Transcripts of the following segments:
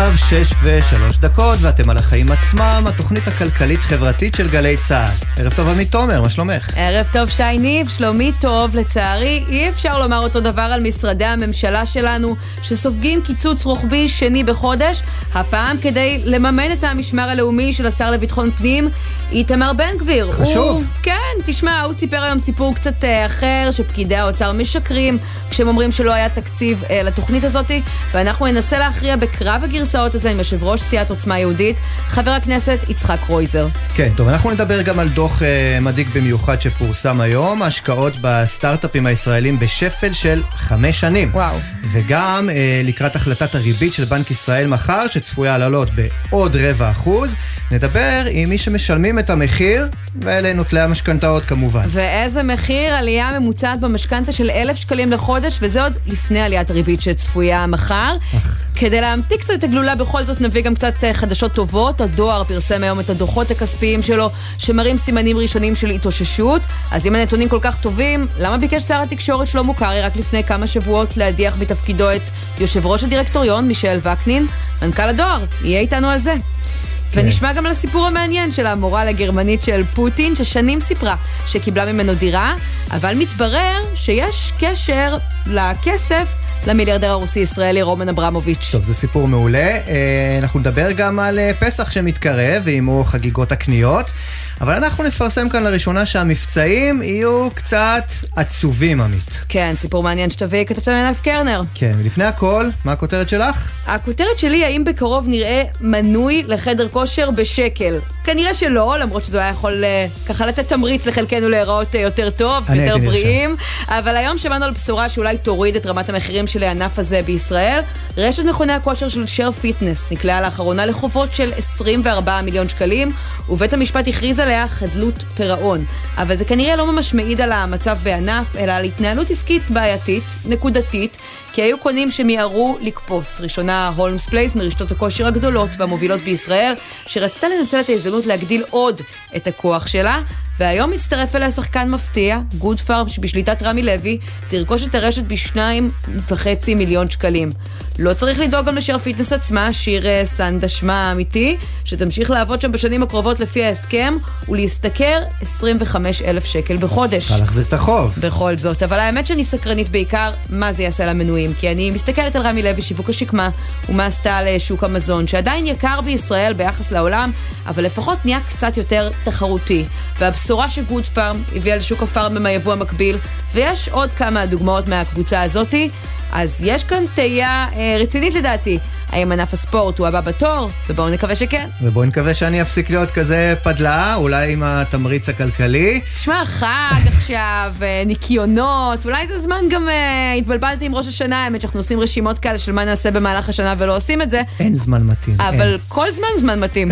עכשיו 6:03, ואתם על החיים עצמם, התוכנית הכלכלית-חברתית של גלי צה"ל. ערב טוב עמית תומר, מה שלומך? ערב טוב שי ניב, שלומי טוב. לצערי, אי אפשר לומר אותו דבר על משרדי הממשלה שלנו, שסופגים קיצוץ רוחבי שני בחודש, הפעם כדי לממן את המשמר הלאומי של השר לביטחון פנים, איתמר בן גביר. חשוב. כן, תשמע, הוא סיפר היום סיפור קצת אחר, שפקידי האוצר משקרים, כשהם אומרים שלא היה תקציב לתוכנית הזאת, ואנחנו ננסה להכריע בקרב הגרסאות הזה עם יושב ראש סיעת עוצמה יהודית, חבר הכנסת יצחק קרויזר. כן, טוב, אנחנו נדבר גם על דוח מדאיג במיוחד שפורסם היום, השקעות בסטארט-אפים הישראלים בשפל של 5 שנים. וואו. וגם לקראת החלטת הריבית של בנק ישראל מחר, שצפויה לעלות בעוד 0.25%, נדבר עם מי שמשלמים את המחיר, ואלה נוטלי המשכנתאות כמובן. ואיזה מחיר? עלייה ממוצעת במשכנתה של 1,000 שקלים לחודש, וזה עוד לפני עליית הריבית שצפויה מחר. כדי להמתיק קצת את הגלולה, בכל זאת נביא גם קצת חדשות טובות. הדואר פרסם היום את הדוחות הכספיים שלו, שמראים סימנים ראשונים של התאוששות. אז אם הנתונים כל כך טובים, למה ביקש שר התקשורת שלמה קרעי רק לפני כמה שבועות להדיח בתפקידו את יושב ראש הדירקטוריון מישאל וקנין? מנכ"ל הדואר יהיה איתנו על זה. ונשמע גם על הסיפור המעניין של המורה לגרמנית של פוטין, ששנים סיפרה שקיבלה ממנו דירה, אבל מתברר שיש קשר לכסף למיליארדר הרוסי-ישראלי רומן אברמוביץ'. טוב, זה סיפור מעולה. אנחנו נדבר גם על פסח שמתקרב, ועימו חגיגות הקניות, אבל אנחנו נפרסם כאן לראשונה שהמבצעים יהיו קצת עצובים, עמית. כן, סיפור מעניין שתביא כתבת מנף קרנר. כן, ולפני הכל, מה הכותרת שלך? הכותרת שלי, האם בקרוב נראה מנוי לחדר כושר בשקל? כנראה שלא, למרות שזה היה יכול ככה לתת תמריץ לחלקנו להיראות יותר טוב, יותר בריאים. אבל היום שמענו על בשורה שאולי תוריד את רמת המחירים של הענף הזה בישראל. רשת מכוני הכושר של שר פיטנס נקלעה לאחרונה לחובות של 24 מיליון שקלים, ובית המשפט הכריז עליה חדלות פירעון. אבל זה כנראה לא ממש מעיד על המצב בענף, אלא על התנהלות עסקית בעייתית, נקודתית, כי היו קונים שמיהרו לקפוץ. ראשונה הולמס פלייס מרשתות הכושר הגדולות והמובילות בישראל, שרצתה לנצל את ההזדמנות להגדיל עוד את הכוח שלה, והיום מצטרף אליה שחקן מפתיע, גוד פארם, שבשליטת רמי לוי, תרכוש את הרשת ב2.5 מיליון שקלים. לא צריך לדאוג גם לשיר פיטנס עצמה, שיר סנדה שמה אמיתי, שתמשיך לעבוד שם בשנים הקרובות לפי ההסכם, ולהסתכר 25,000 שקל בחודש. צריך להחזיר את החוב. בכל זאת, אבל האמת שאני סקרנית בעיקר מה זה יעשה למנויים, כי אני מסתכלת על רמי לוי, שיווק השקמה, ומה עשתה לשוק המזון, שעדיין יקר בישראל ביחס לעולם, אבל לפחות נהיה קצת יותר תחרותי. והבשורה שגוד פארם הביאה לשוק הפארם מהיבוא המקביל, ויש עוד כמה דוגמאות מהקבוצה הזאת, אז יש כאן תהייה רצינית לדעתי. האם ענף הספורט הוא הבא בתור? ובואו נקווה שכן. ובואו נקווה שאני אפסיק להיות כזה פדלה, אולי עם התמריץ הכלכלי. תשמע, חג עכשיו, ניקיונות, אולי זה זמן גם, התבלבלתי עם ראש השנה, האמת שאנחנו עושים רשימות כאלה של מה נעשה במהלך השנה ולא עושים את זה. אין זמן מתאים. אבל כל זמן מתאים.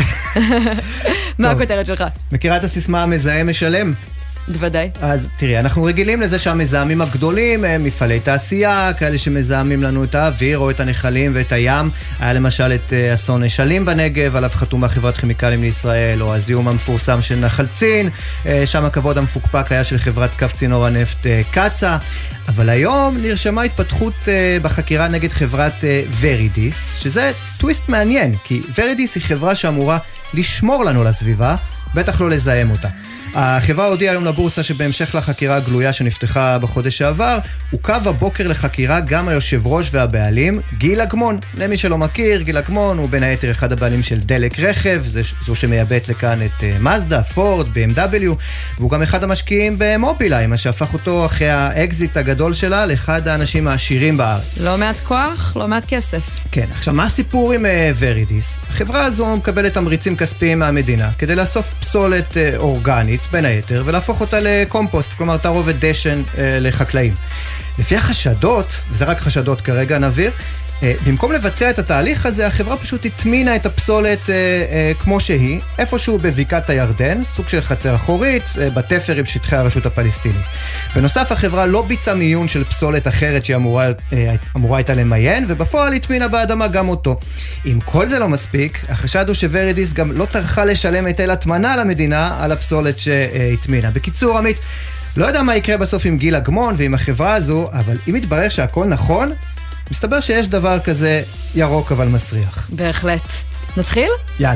מה הכותרת שלך? מכירה את הסיסמה המזהם משלם? בוודאי. אז תראי, אנחנו רגילים לזה שהמזהמים הגדולים הם מפעלי תעשייה, כאלה שמזהמים לנו את האוויר או את הנחלים ואת הים. היה למשל את אסון אשלים בנגב, עליו חתומה חברת כימיקלים לישראל, או הזיהום המפורסם של נחל צין, שם הכבוד המפוקפק היה של חברת קו צינור הנפט קצה. אבל היום נרשמה התפתחות בחקירה נגד חברת ורידיס, שזה טוויסט מעניין, כי ורידיס היא חברה שאמורה לשמור לנו לסביבה, בטח לא לזהם אותה. החברה הודיעה היום לבורסה שבהמשך לחקירה הגלויה שנפתחה בחודש שעבר, עוכב הבוקר לחקירה גם היושב ראש והבעלים, גיל אגמון. למי שלא מכיר, גיל אגמון הוא בין היתר אחד הבעלים של דלק רכב, זו שמייבאת לכאן את מזדה, פורד, BMW, והוא גם אחד המשקיעים במובילאיי, מה שהפך אותו אחרי האקזיט הגדול שלה לאחד האנשים העשירים בארץ. לא מעט כוח, לא מעט כסף. כן, עכשיו מה הסיפור עם ורידיס? החברה הזו מקבלת תמריצים כספיים מהמדינה כדי לאסוף פסולת אורגנית בין היתר, ולהפוך אותה לקומפוסט, כלומר תערובת דשן לחקלאים. לפי החשדות, וזה רק חשדות כרגע נביר, במקום לבצע את התהליך הזה, החברה פשוט התמינה את הפסולת כמו שהיא, איפשהו בבקעת הירדן, סוג של חצר אחורית, בתפר עם שטחי הרשות הפלסטינית. בנוסף, החברה לא ביצעה מיון של פסולת אחרת שהיא אמורה הייתה למיין, ובפועל התמינה באדמה גם אותו. אם כל זה לא מספיק, החשד הוא שוורידיס גם לא טרחה לשלם היטל הטמנה למדינה על הפסולת שהתמינה. בקיצור, עמית, לא יודע מה יקרה בסוף עם גיל אגמון ועם החברה הזו, אבל אם יתברר שהכל נכון, מסתבר שיש דבר כזה ירוק אבל מסריח. בהחלט. נתחיל? יאללה.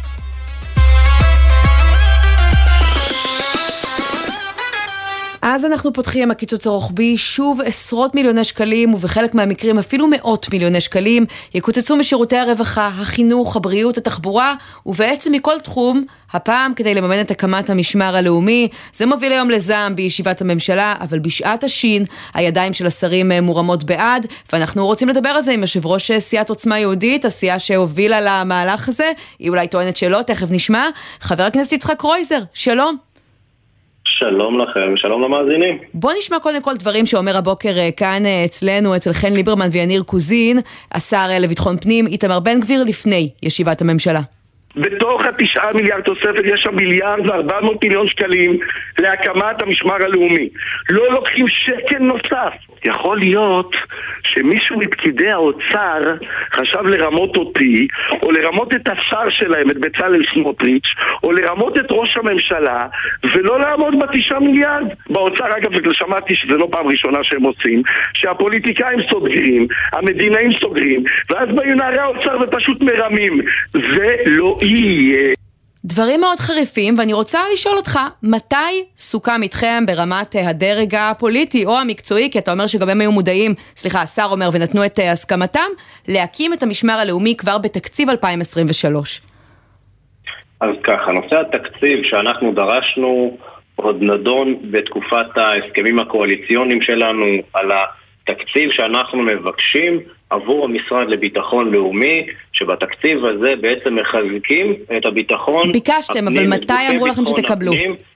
אז אנחנו פותחים הקיצוץ הרוחבי, שוב עשרות מיליוני שקלים, ובחלק מהמקרים אפילו מאות מיליוני שקלים, יקוצצו משירותי הרווחה, החינוך, הבריאות, התחבורה, ובעצם מכל תחום, הפעם כדי לממן את הקמת המשמר הלאומי. זה מוביל היום לזעם בישיבת הממשלה, אבל בשעת השין, הידיים של השרים מורמות בעד, ואנחנו רוצים לדבר על זה עם יושב ראש סיעת עוצמה יהודית, הסיעה שהובילה למהלך הזה, היא אולי טוענת שלא, תכף נשמע. חבר הכנסת יצחק קרויזר, שלום. שלום לכם, שלום למאזינים. בוא נשמע קודם כל דברים שאומר הבוקר כאן אצלנו, אצל חן ליברמן ויניר קוזין, השר לביטחון פנים, איתמר בן גביר, לפני ישיבת הממשלה. בתוך 9 מיליארד תוספת יש שם 1.4 מיליארד שקלים להקמת המשמר הלאומי. לא לוקחים שקל נוסף. יכול להיות שמישהו מפקידי האוצר חשב לרמות אותי, או לרמות את השר שלהם, את בצלאל סמוטריץ', או לרמות את ראש הממשלה, ולא לעמוד ב9 מיליארד. באוצר, אגב, שמעתי שזה לא פעם ראשונה שהם עושים, שהפוליטיקאים סוגרים, המדינאים סוגרים, ואז באים נערי האוצר ופשוט מרמים. זה לא יהיה. דברים מאוד חריפים, ואני רוצה לשאול אותך, מתי סוכם איתכם ברמת הדרג הפוליטי או המקצועי, כי אתה אומר שגם הם היו מודעים, השר אומר ונתנו את הסכמתם, להקים את המשמר הלאומי כבר בתקציב 2023? אז ככה, נושא התקציב שאנחנו דרשנו עוד נדון בתקופת ההסכמים הקואליציוניים שלנו על התקציב שאנחנו מבקשים עבור המשרד לביטחון לאומי, שבתקציב הזה בעצם מחזקים את הביטחון. ביקשתם, אבל מתי אמרו לכם שתקבלו?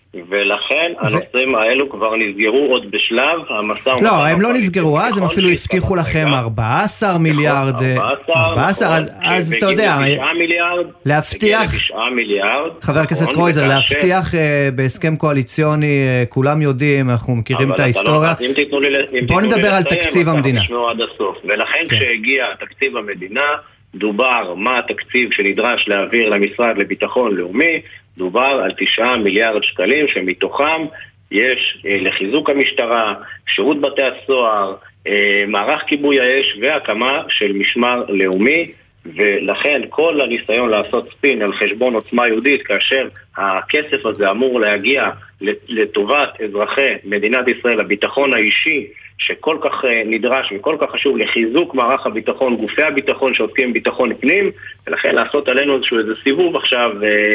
ולכן הנושאים האלו כבר נסגרו עוד בשלב המשא ומתן. לא, הם לא נסגרו, אז הם אפילו הבטיחו לכם 14 מיליארד. 14, אז אתה יודע, להבטיח, חבר הכנסת קרויזר, להבטיח בהסכם קואליציוני, כולם יודעים, אנחנו מכירים את ההיסטוריה. בוא נדבר על תקציב המדינה. ולכן כשהגיע תקציב המדינה, דובר מה התקציב שנדרש להעביר למשרד לביטחון לאומי, דובר על 9 מיליארד שקלים שמתוכם יש לחיזוק המשטרה, שירות בתי הסוהר, מערך כיבוי האש והקמה של משמר לאומי, ולכן כל הניסיון לעשות ספין על חשבון עוצמה יהודית כאשר הכסף הזה אמור להגיע לטובת אזרחי מדינת ישראל, הביטחון האישי שכל כך נדרש וכל כך חשוב לחיזוק מערך הביטחון, גופי הביטחון שעוסקים בביטחון פנים, ולכן לעשות עלינו איזה סיבוב עכשיו,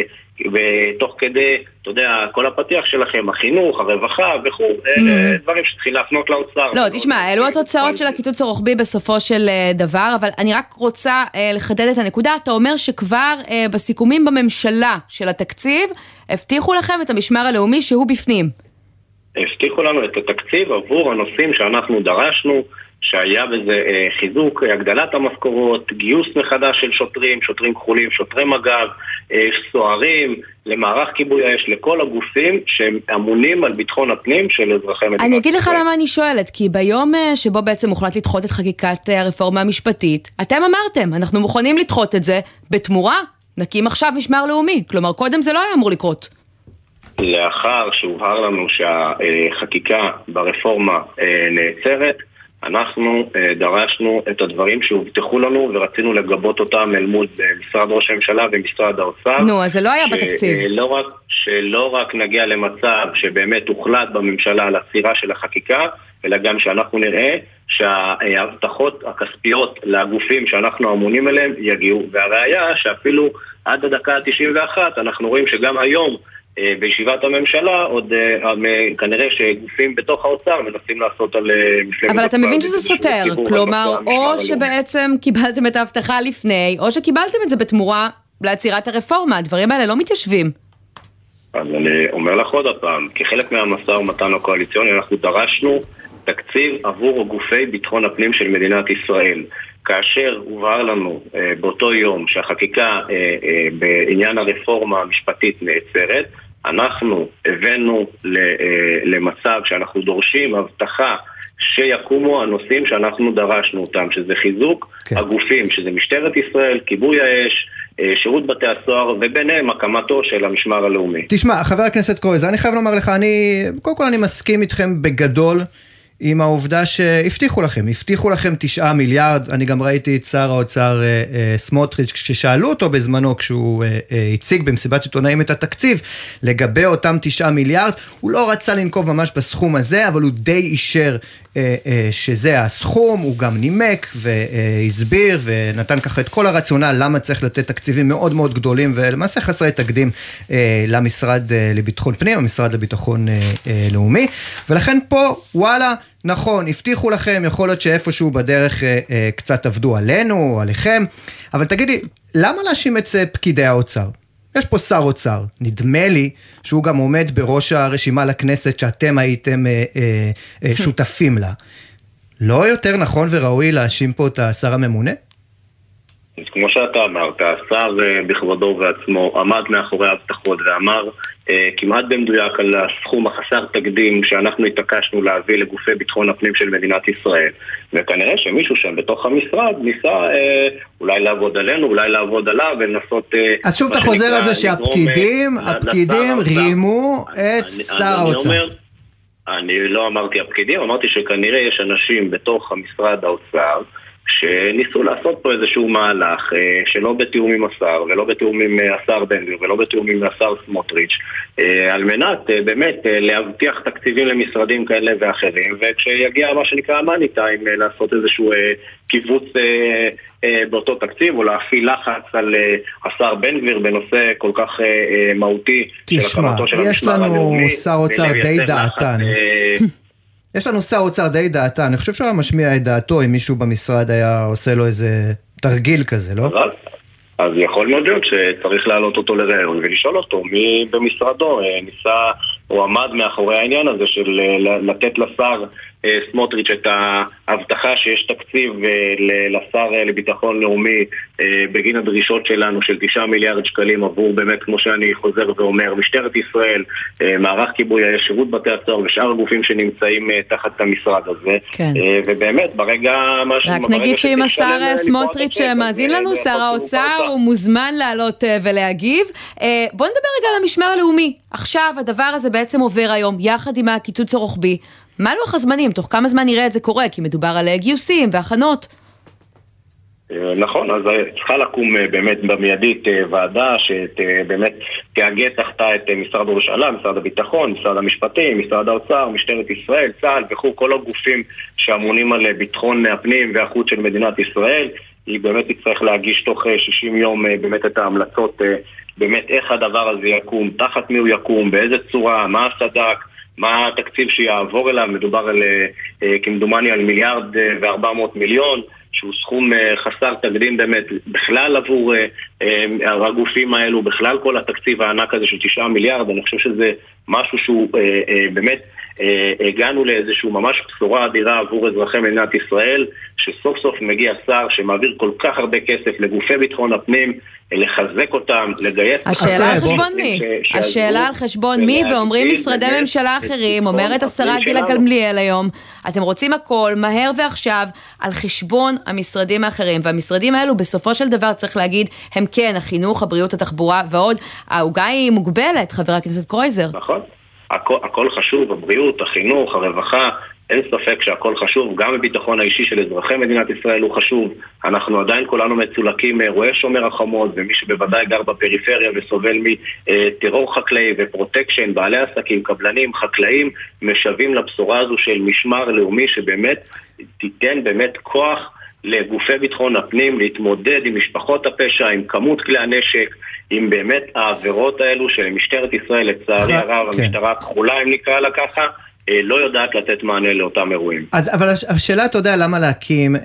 ותוך כדי, אתה יודע, כל הפתיח שלכם, החינוך, הרווחה וכו', דברים שצריכים להפנות לאוצר. לא, תשמע, אלו התוצאות של הקיצוץ הרוחבי בסופו של דבר, אבל אני רק רוצה לחדד את הנקודה. אתה אומר שכבר בסיכומים בממשלה של התקציב, הבטיחו לכם את המשמר הלאומי שהוא בפנים. הבטיחו לנו את התקציב עבור הנושאים שאנחנו דרשנו, שהיה בזה חיזוק, הגדלת המשכורות, גיוס מחדש של שוטרים, שוטרים כחולים, שוטרי מג"ב, סוהרים, למערך כיבוי האש, לכל הגופים שהם אמונים על ביטחון הפנים של אזרחי מדינת ישראל. אני אגיד לך למה אני שואלת, כי ביום שבו בעצם הוחלט לדחות את חקיקת הרפורמה המשפטית, אתם אמרתם, אנחנו מוכנים לדחות את זה, בתמורה נקים עכשיו משמר לאומי, כלומר קודם זה לא היה אמור לקרות. לאחר שהובהר לנו שהחקיקה ברפורמה נעצרת, אנחנו דרשנו את הדברים שהובטחו לנו ורצינו לגבות אותם אל מול משרד ראש הממשלה ומשרד האוצר. נו, אז זה לא היה בתקציב. שלא רק נגיע למצב שבאמת הוחלט בממשלה על הסירה של החקיקה, אלא גם שאנחנו נראה שההבטחות הכספיות לגופים שאנחנו אמונים עליהם יגיעו. והראיה שאפילו עד הדקה ה-91 אנחנו רואים שגם היום בישיבת הממשלה עוד כנראה שגופים בתוך האוצר מנסים לעשות על מפלגת. אבל אתה מבין שזה סותר, כלומר או שבעצם קיבלתם את ההבטחה לפני או שקיבלתם את זה בתמורה לעצירת הרפורמה, הדברים האלה לא מתיישבים. אז אני אומר לך עוד הפעם, כחלק מהמשא ומתן הקואליציוני אנחנו דרשנו תקציב עבור גופי ביטחון הפנים של מדינת ישראל. כאשר הובהר לנו באותו יום שהחקיקה בעניין הרפורמה המשפטית נעצרת, אנחנו הבאנו למצב שאנחנו דורשים הבטחה שיקומו הנושאים שאנחנו דרשנו אותם, שזה חיזוק הגופים, שזה משטרת ישראל, כיבוי האש, שירות בתי הסוהר, וביניהם הקמתו של המשמר הלאומי. תשמע, חבר הכנסת קרויזר, אני חייב לומר לך, קודם כל אני מסכים איתכם בגדול, עם העובדה שהבטיחו לכם 9 מיליארד, אני גם ראיתי את שר האוצר סמוטריץ' כששאלו אותו בזמנו, כשהוא הציג במסיבת עיתונאים את התקציב, לגבי אותם 9 מיליארד, הוא לא רצה לנקוב ממש בסכום הזה, אבל הוא די אישר שזה הסכום, הוא גם נימק והסביר ונתן ככה את כל הרציונל למה צריך לתת תקציבים מאוד מאוד גדולים ולמעשה חסרי תקדים למשרד לביטחון פנים, המשרד לביטחון לאומי, ולכן פה וואלה, נכון, הבטיחו לכם, יכול להיות שאיפשהו בדרך קצת עבדו עלינו או עליכם, אבל תגידי, למה להאשים את פקידי האוצר? יש פה שר אוצר, נדמה לי שהוא גם עומד בראש הרשימה לכנסת שאתם הייתם שותפים לה. לא יותר נכון וראוי להאשים פה את השר הממונה? אז כמו שאתה אמרת, השר בכבודו ובעצמו עמד מאחורי ההבטחות ואמר כמעט במדויק על הסכום החסר תקדים שאנחנו התעקשנו להביא לגופי ביטחון הפנים של מדינת ישראל, וכנראה שמישהו שם בתוך המשרד ניסה אולי לעבוד עלינו, אולי לעבוד עליו ולנסות... אז שוב אתה חוזר על זה שהפקידים רימו את שר האוצר. אני לא אמרתי הפקידים, אמרתי שכנראה יש אנשים בתוך המשרד האוצר שניסו לעשות פה איזשהו מהלך שלא בתיאום עם השר ולא בתיאום עם השר בן גביר ולא בתיאום עם השר סמוטריץ' על מנת באמת להבטיח תקציבים למשרדים כאלה ואחרים, וכשיגיע מה שנקרא המאני טיים לעשות איזשהו קיבוץ באותו תקציב או להפעיל לחץ על השר בן גביר בנושא כל כך מהותי של הקמתו של המשמר הלאומי. יש לנו שר אוצר די דעתן. יש לנו שר אוצר די דעתן, אני חושב שהוא היה משמיע את דעתו אם מישהו במשרד היה עושה לו איזה תרגיל כזה, לא? אז יכול להיות שצריך להעלות אותו לרעיון ולשאול אותו מי במשרדו ניסה או עמד מאחורי העניין הזה של לתת לשר סמוטריץ' את ההבטחה שיש תקציב לשר לביטחון לאומי בגין הדרישות שלנו של 9 מיליארד שקלים עבור באמת, כמו שאני חוזר ואומר, משטרת ישראל, מערך כיבוי האש, שירות בתי הסוהר ושאר הגופים שנמצאים תחת המשרד הזה. כן. ובאמת ברגע רק נגיד שאם השר סמוטריץ' מאזין לנו, שר האוצר, הוא מוזמן לעלות ולהגיב. בוא נדבר רגע על המשמר הלאומי. עכשיו הדבר הזה בעצם עובר היום יחד עם הקיצוץ הרוחבי. מה לוח הזמנים? תוך כמה זמן נראה את זה קורה? כי מדובר על גיוסים והכנות. נכון, אז צריכה לקום באמת במיידית ועדה שבאמת תאגד תחתה את משרד ראש הממשלה, משרד הביטחון, משרד המשפטים, משרד האוצר, משטרת ישראל, צה"ל וכו', כל הגופים שאמונים על ביטחון הפנים והחוץ של מדינת ישראל. היא באמת תצטרך להגיש תוך 60 יום באמת את ההמלצות, באמת איך הדבר הזה יקום, תחת מי הוא יקום, באיזה צורה, מה הסדק, מה התקציב שיעבור אליו. מדובר על כמדומני על 1.4 מיליארד, שהוא סכום חסר תקדים באמת בכלל עבור הגופים האלו, בכלל כל התקציב הענק הזה של 9 מיליארד. אני חושב שזה משהו שהוא באמת הגענו לאיזשהו ממש בשורה אדירה עבור אזרחי מדינת ישראל, שסוף סוף מגיע שר שמעביר כל כך הרבה כסף לגופי ביטחון הפנים, לחזק אותם, לגייס... השאלה על חשבון מי? השאלה על חשבון מי? ואומרים משרדי ממשלה אחרים, אומרת השרה גילה גמליאל היום, אתם רוצים הכל מהר ועכשיו על חשבון המשרדים האחרים, והמשרדים האלו בסופו של דבר צריך להגיד, הם כן, החינוך, הבריאות, התחבורה ועוד, העוגה היא מוגבלת, חבר הכנסת קרויזר. נכון, הכל חשוב, הבריאות, החינוך, הרווחה, אין ספק שהכל חשוב, גם הביטחון האישי של אזרחי מדינת ישראל הוא חשוב. אנחנו עדיין כולנו מצולקים מאירועי שומר החומות, ומי שבוודאי גר בפריפריה וסובל מטרור חקלאי ופרוטקשן, בעלי עסקים, קבלנים, חקלאים, משווים לבשורה הזו של משמר לאומי שבאמת תיתן באמת כוח לגופי ביטחון הפנים להתמודד עם משפחות הפשע, עם כמות כלי הנשק, עם באמת העבירות האלו של משטרת ישראל, לצערי הרב, המשטרה הכחולה, אם נקרא לה ככה, לא יודעת לתת מענה לאותם אירועים. אבל השאלה, אתה יודע, למה להקים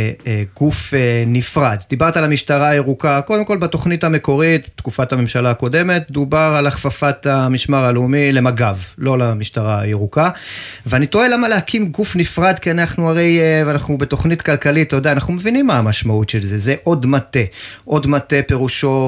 גוף נפרד? דיברת על המשטרה הירוקה, קודם כל בתוכנית המקורית, תקופת הממשלה הקודמת, דובר על הכפפת המשמר הלאומי למג"ב, לא למשטרה הירוקה, ואני תוהה למה להקים גוף נפרד, כי אנחנו הרי, ואנחנו בתוכנית כלכלית, אתה יודע, אנחנו מבינים מה המשמעות של זה, זה עוד מטה פירושו,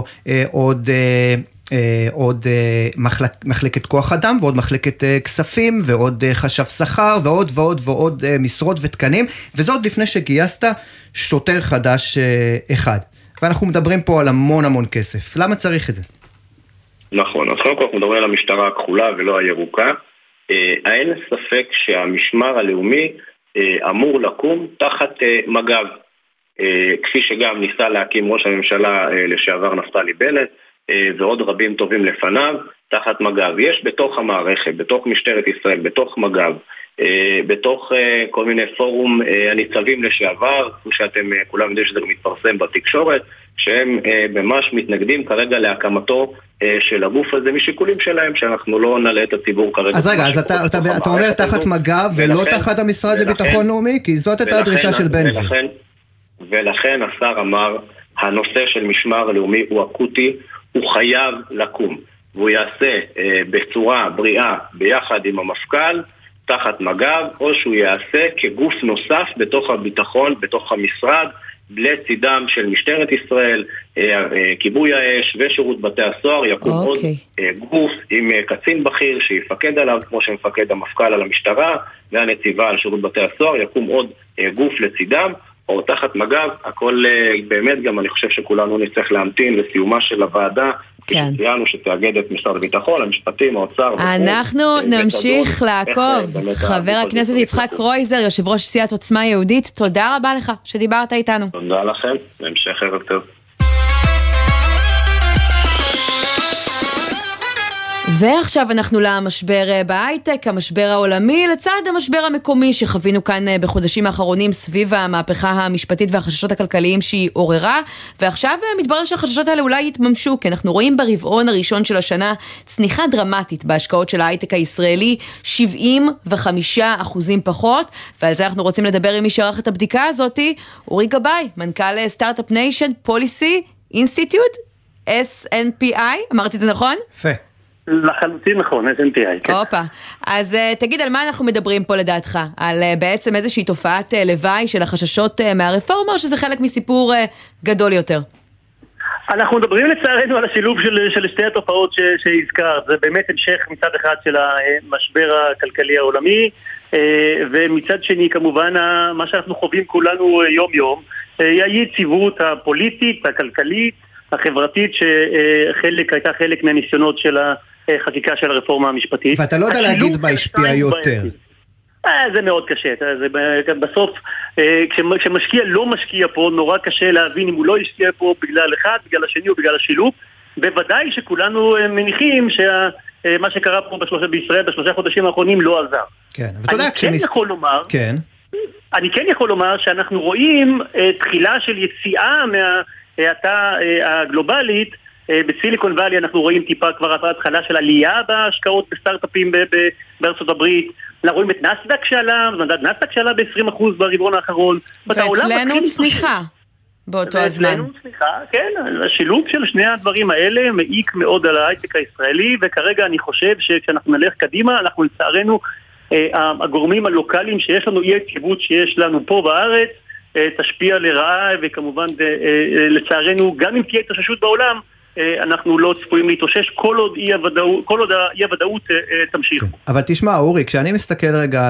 עוד מחלקת כוח אדם ועוד מחלקת כספים ועוד חשב שכר ועוד ועוד ועוד משרות ותקנים, וזה עוד לפני שגייסת שוטר חדש אחד, ואנחנו מדברים פה על המון כסף. למה צריך את זה? נכון, אז קודם כל אנחנו מדברים על המשטרה הכחולה ולא הירוקה, אין ספק שהמשמר הלאומי אמור לקום תחת מג"ב, כפי שגם ניסה להקים ראש הממשלה לשעבר נפתלי בנט, ועוד רבים טובים לפניו, תחת מג"ב. יש בתוך המערכת, בתוך משטרת ישראל, בתוך מג"ב, בתוך כל מיני פורום הניצבים לשעבר, כמו שאתם כולם יודעים שזה מתפרסם בתקשורת, שהם ממש מתנגדים כרגע להקמתו של הגוף הזה משיקולים שלהם, שאנחנו לא נעלה את הציבור כרגע. אז רגע, אז אתה אומר תחת מג"ב ולא תחת המשרד לביטחון לאומי? כי זאת הייתה הדרישה של בן גביר. ולכן השר אמר, הנושא של משמר הלאומי הוא אקוטי, הוא חייב לקום, והוא יעשה בצורה בריאה ביחד עם המפכ"ל, תחת מג"ב, או שהוא יעשה כגוף נוסף בתוך הביטחון, בתוך המשרד, לצידם של משטרת ישראל, כיבוי האש ושירות בתי הסוהר, יקום עוד גוף עם קצין בכיר שיפקד עליו, כמו שמפקד המפכ"ל על המשטרה, והנציבה על שירות בתי הסוהר, יקום עוד גוף לצידם, או תחת מג"ב. הכל באמת גם אני חושב שכולנו נצטרך להמתין לסיומה של הוועדה, שציינו שתאגד את משרד הביטחון, המשפטים, האוצר. אנחנו נמשיך לעקוב. חבר הכנסת יצחק קרויזר, יושב ראש סיעת עוצמה יהודית, תודה רבה לך שדיברת איתנו. תודה לכם, והמשך ערב טוב. ועכשיו אנחנו למשבר בהייטק, המשבר העולמי, לצד המשבר המקומי שחווינו כאן בחודשים האחרונים סביב המהפכה המשפטית והחששות הכלכליים שהיא עוררה, ועכשיו מתברר שהחששות האלה אולי יתממשו, כי אנחנו רואים ברבעון הראשון של השנה צניחה דרמטית בהשקעות של ההייטק הישראלי, 75% פחות, ועל זה אנחנו רוצים לדבר עם מי שערך את הבדיקה הזאת, אורי גבאי, מנכ"ל סטארט-אפ ניישן פוליסי אינסטיטוט, SNPI, אמרתי את זה נכון? יפה. לחלוטין נכון, SNPI, כן. אופה, אז תגיד על מה אנחנו מדברים פה לדעתך? על בעצם איזושהי תופעת לוואי של החששות מהרפורמה, או שזה חלק מסיפור גדול יותר? אנחנו מדברים לצערנו על השילוב של שתי התופעות שהזכרת. זה באמת המשך מצד אחד של המשבר הכלכלי העולמי, ומצד שני כמובן מה שאנחנו חווים כולנו יום יום, היא היציבות הפוליטית, הכלכלית, החברתית, שהייתה חלק מהניסיונות של החקיקה של הרפורמה המשפטית. ואתה לא יודע להגיד מה השפיע יותר. זה מאוד קשה. בסוף, כשמשקיע לא משקיע פה, נורא קשה להבין אם הוא לא השקיע פה בגלל אחד, בגלל השני או בגלל השילוב. בוודאי שכולנו מניחים שמה שקרה פה בישראל בשלושה חודשים האחרונים לא עזר. כן, אני כן יכול לומר שאנחנו רואים תחילה של יציאה מההאטה הגלובלית. בסיליקון ואלי אנחנו רואים טיפה כבר התחלה של עלייה בהשקעות בסטארט-אפים בארצות הברית. אנחנו רואים את נסדק שעלה, מדד נסדק שעלה ב-20% ברבעון האחרון. ואצלנו צניחה באותו הזמן. ואצלנו צניחה, כן. השילוב של שני הדברים האלה מעיק מאוד על ההייטק הישראלי, וכרגע אני חושב שכשאנחנו נלך קדימה, אנחנו לצערנו, הגורמים הלוקליים שיש לנו, אי היציבות שיש לנו פה בארץ, תשפיע לרעה, וכמובן לצערנו, גם אם תהיה התאוששות בעולם, אנחנו לא צפויים להתאושש כל עוד אי-הוודאות תמשיך. אבל תשמע אורי, כשאני מסתכל רגע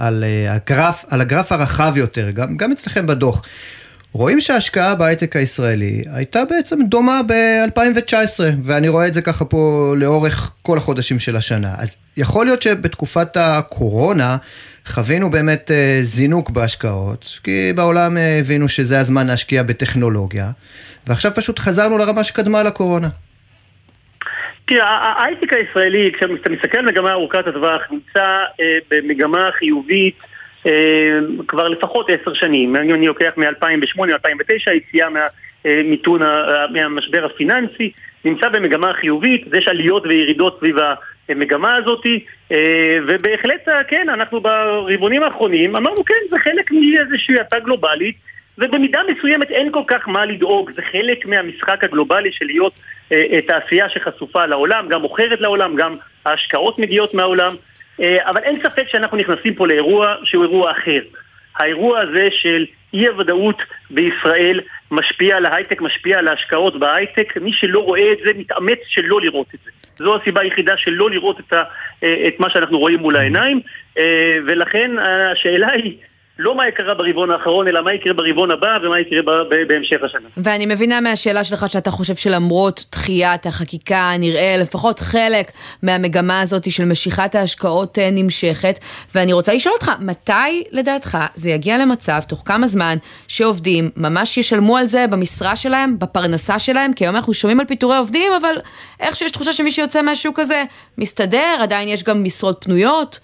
על הגרף הרחב יותר, גם אצלכם בדוח, רואים שההשקעה בהייטק הישראלי הייתה בעצם דומה ב-2019, ואני רואה את זה ככה פה לאורך כל החודשים של השנה. אז יכול להיות שבתקופת הקורונה חווינו באמת זינוק בהשקעות, כי בעולם הבינו שזה הזמן להשקיע בטכנולוגיה, ועכשיו פשוט חזרנו לרמה שקדמה לקורונה. תראה, ההייטק הישראלי, כשאתה מסתכל על מגמה ארוכת הטווח, נמצא במגמה חיובית כבר לפחות 10 שנים. אני לוקח מ-2008-2009, יציאה מהמשבר הפיננסי, נמצא במגמה חיובית. יש עליות וירידות סביב המגמה הזאת, ובהחלט כן, אנחנו ברבעונים האחרונים אמרנו כן, זה חלק מאיזושהי האטה גלובלית, ובמידה מסוימת אין כל כך מה לדאוג, זה חלק מהמשחק הגלובלי של להיות תעשייה שחשופה לעולם, גם מוכרת לעולם, גם ההשקעות מגיעות מהעולם, אבל אין ספק שאנחנו נכנסים פה לאירוע שהוא אירוע אחר. האירוע הזה של אי הוודאות בישראל משפיע על ההייטק, משפיע על ההשקעות בהייטק. מי שלא רואה את זה מתאמץ שלא לראות את זה. זו הסיבה היחידה שלא לראות את מה שאנחנו רואים מול העיניים, ולכן השאלה היא לא מה יקרה ברבעון האחרון, אלא מה יקרה ברבעון הבא ומה יקרה בהמשך השנה. ואני מבינה מהשאלה שלך שאתה חושב שלמרות דחיית החקיקה נראה לפחות חלק מהמגמה הזאת של משיכת ההשקעות נמשכת, ואני רוצה לשאול אותך, מתי לדעתך זה יגיע למצב, תוך כמה זמן, שעובדים ממש ישלמו על זה במשרה שלהם, בפרנסה שלהם, כי היום אנחנו שומעים על פיטורי עובדים, אבל איך שיש תחושה שמי שיוצא מהשוק הזה מסתדר, עדיין יש גם משרות פנויות?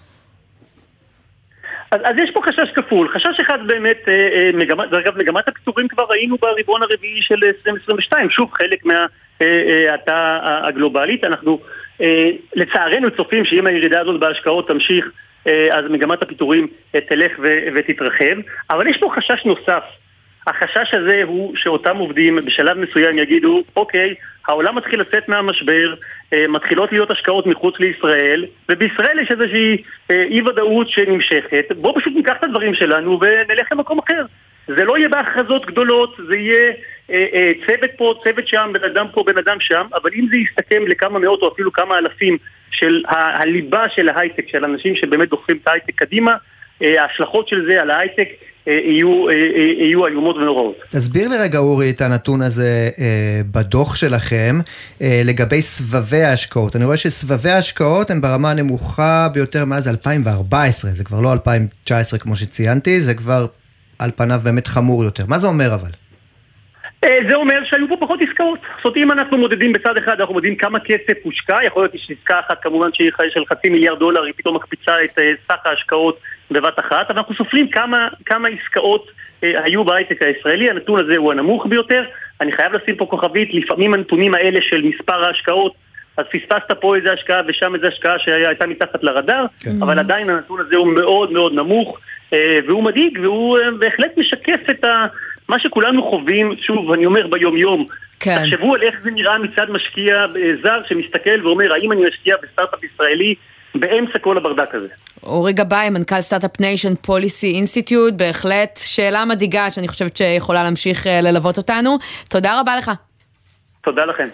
אז יש פה חשש כפול. חשש אחד באמת, מגמת הפיטורים כבר ראינו ברבעון הרביעי של 2022, שוב חלק מההאטה הגלובלית. אנחנו לצערנו צופים שאם הירידה הזאת בהשקעות תמשיך, אז מגמת הפיטורים תלך ותתרחב. אבל יש פה חשש נוסף. החשש הזה הוא שאותם עובדים בשלב מסוים יגידו, אוקיי, העולם מתחיל לצאת מהמשבר, מתחילות להיות השקעות מחוץ לישראל, ובישראל יש איזושהי אי-ודאות שנמשכת. בואו פשוט ניקח את הדברים שלנו ונלך למקום אחר. זה לא יהיה בהכרזות גדולות, זה יהיה צוות פה, צוות שם, בן אדם פה, בן אדם שם, אבל אם זה יסתכם לכמה מאות או אפילו כמה אלפים של הליבה של ההייטק, של אנשים שבאמת דוחפים את ההייטק קדימה, ההשלכות של זה על ההייטק יהיו איומות ונוראות. תסביר לי רגע אורי את הנתון הזה בדוח שלכם לגבי סבבי ההשקעות. אני רואה שסבבי ההשקעות הם ברמה הנמוכה ביותר מאז 2014, זה כבר לא 2019 כמו שציינתי, זה כבר על פניו באמת חמור יותר. מה זה אומר אבל? זה אומר שהיו פה פחות עסקאות. זאת אומרת, אם אנחנו מודדים בצד אחד, אנחנו מודדים כמה כסף הושקע, יכול להיות שעסקה אחת כמובן שהיא של $500 מיליארד, היא פתאום מקפיצה את סך ההשקעות בבת אחת, אבל אנחנו סופרים כמה עסקאות היו בהייטק הישראלי. הנתון הזה הוא הנמוך ביותר. אני חייב לשים פה כוכבית, לפעמים הנתונים האלה של מספר ההשקעות, אז פספסת פה איזה השקעה ושם איזה השקעה שהייתה מתחת לרדאר, אבל עדיין הנתון הזה הוא מאוד מאוד נמוך, והוא מדאיג, והוא בהחלט משקף את מה שכולנו חווים, שוב, אני אומר ביום יום, תחשבו על איך זה נראה מצד משקיע זר שמסתכל ואומר, האם אני משקיע בסטארט-אפ ישראלי באמצע כל הברדק הזה. אורי גבאי, מנכ"ל סטארט-אפ ניישן פוליסי אינסטיטוט, בהחלט שאלה מדאיגה שאני חושבת שיכולה להמשיך ללוות אותנו. תודה רבה לך. תודה לכם.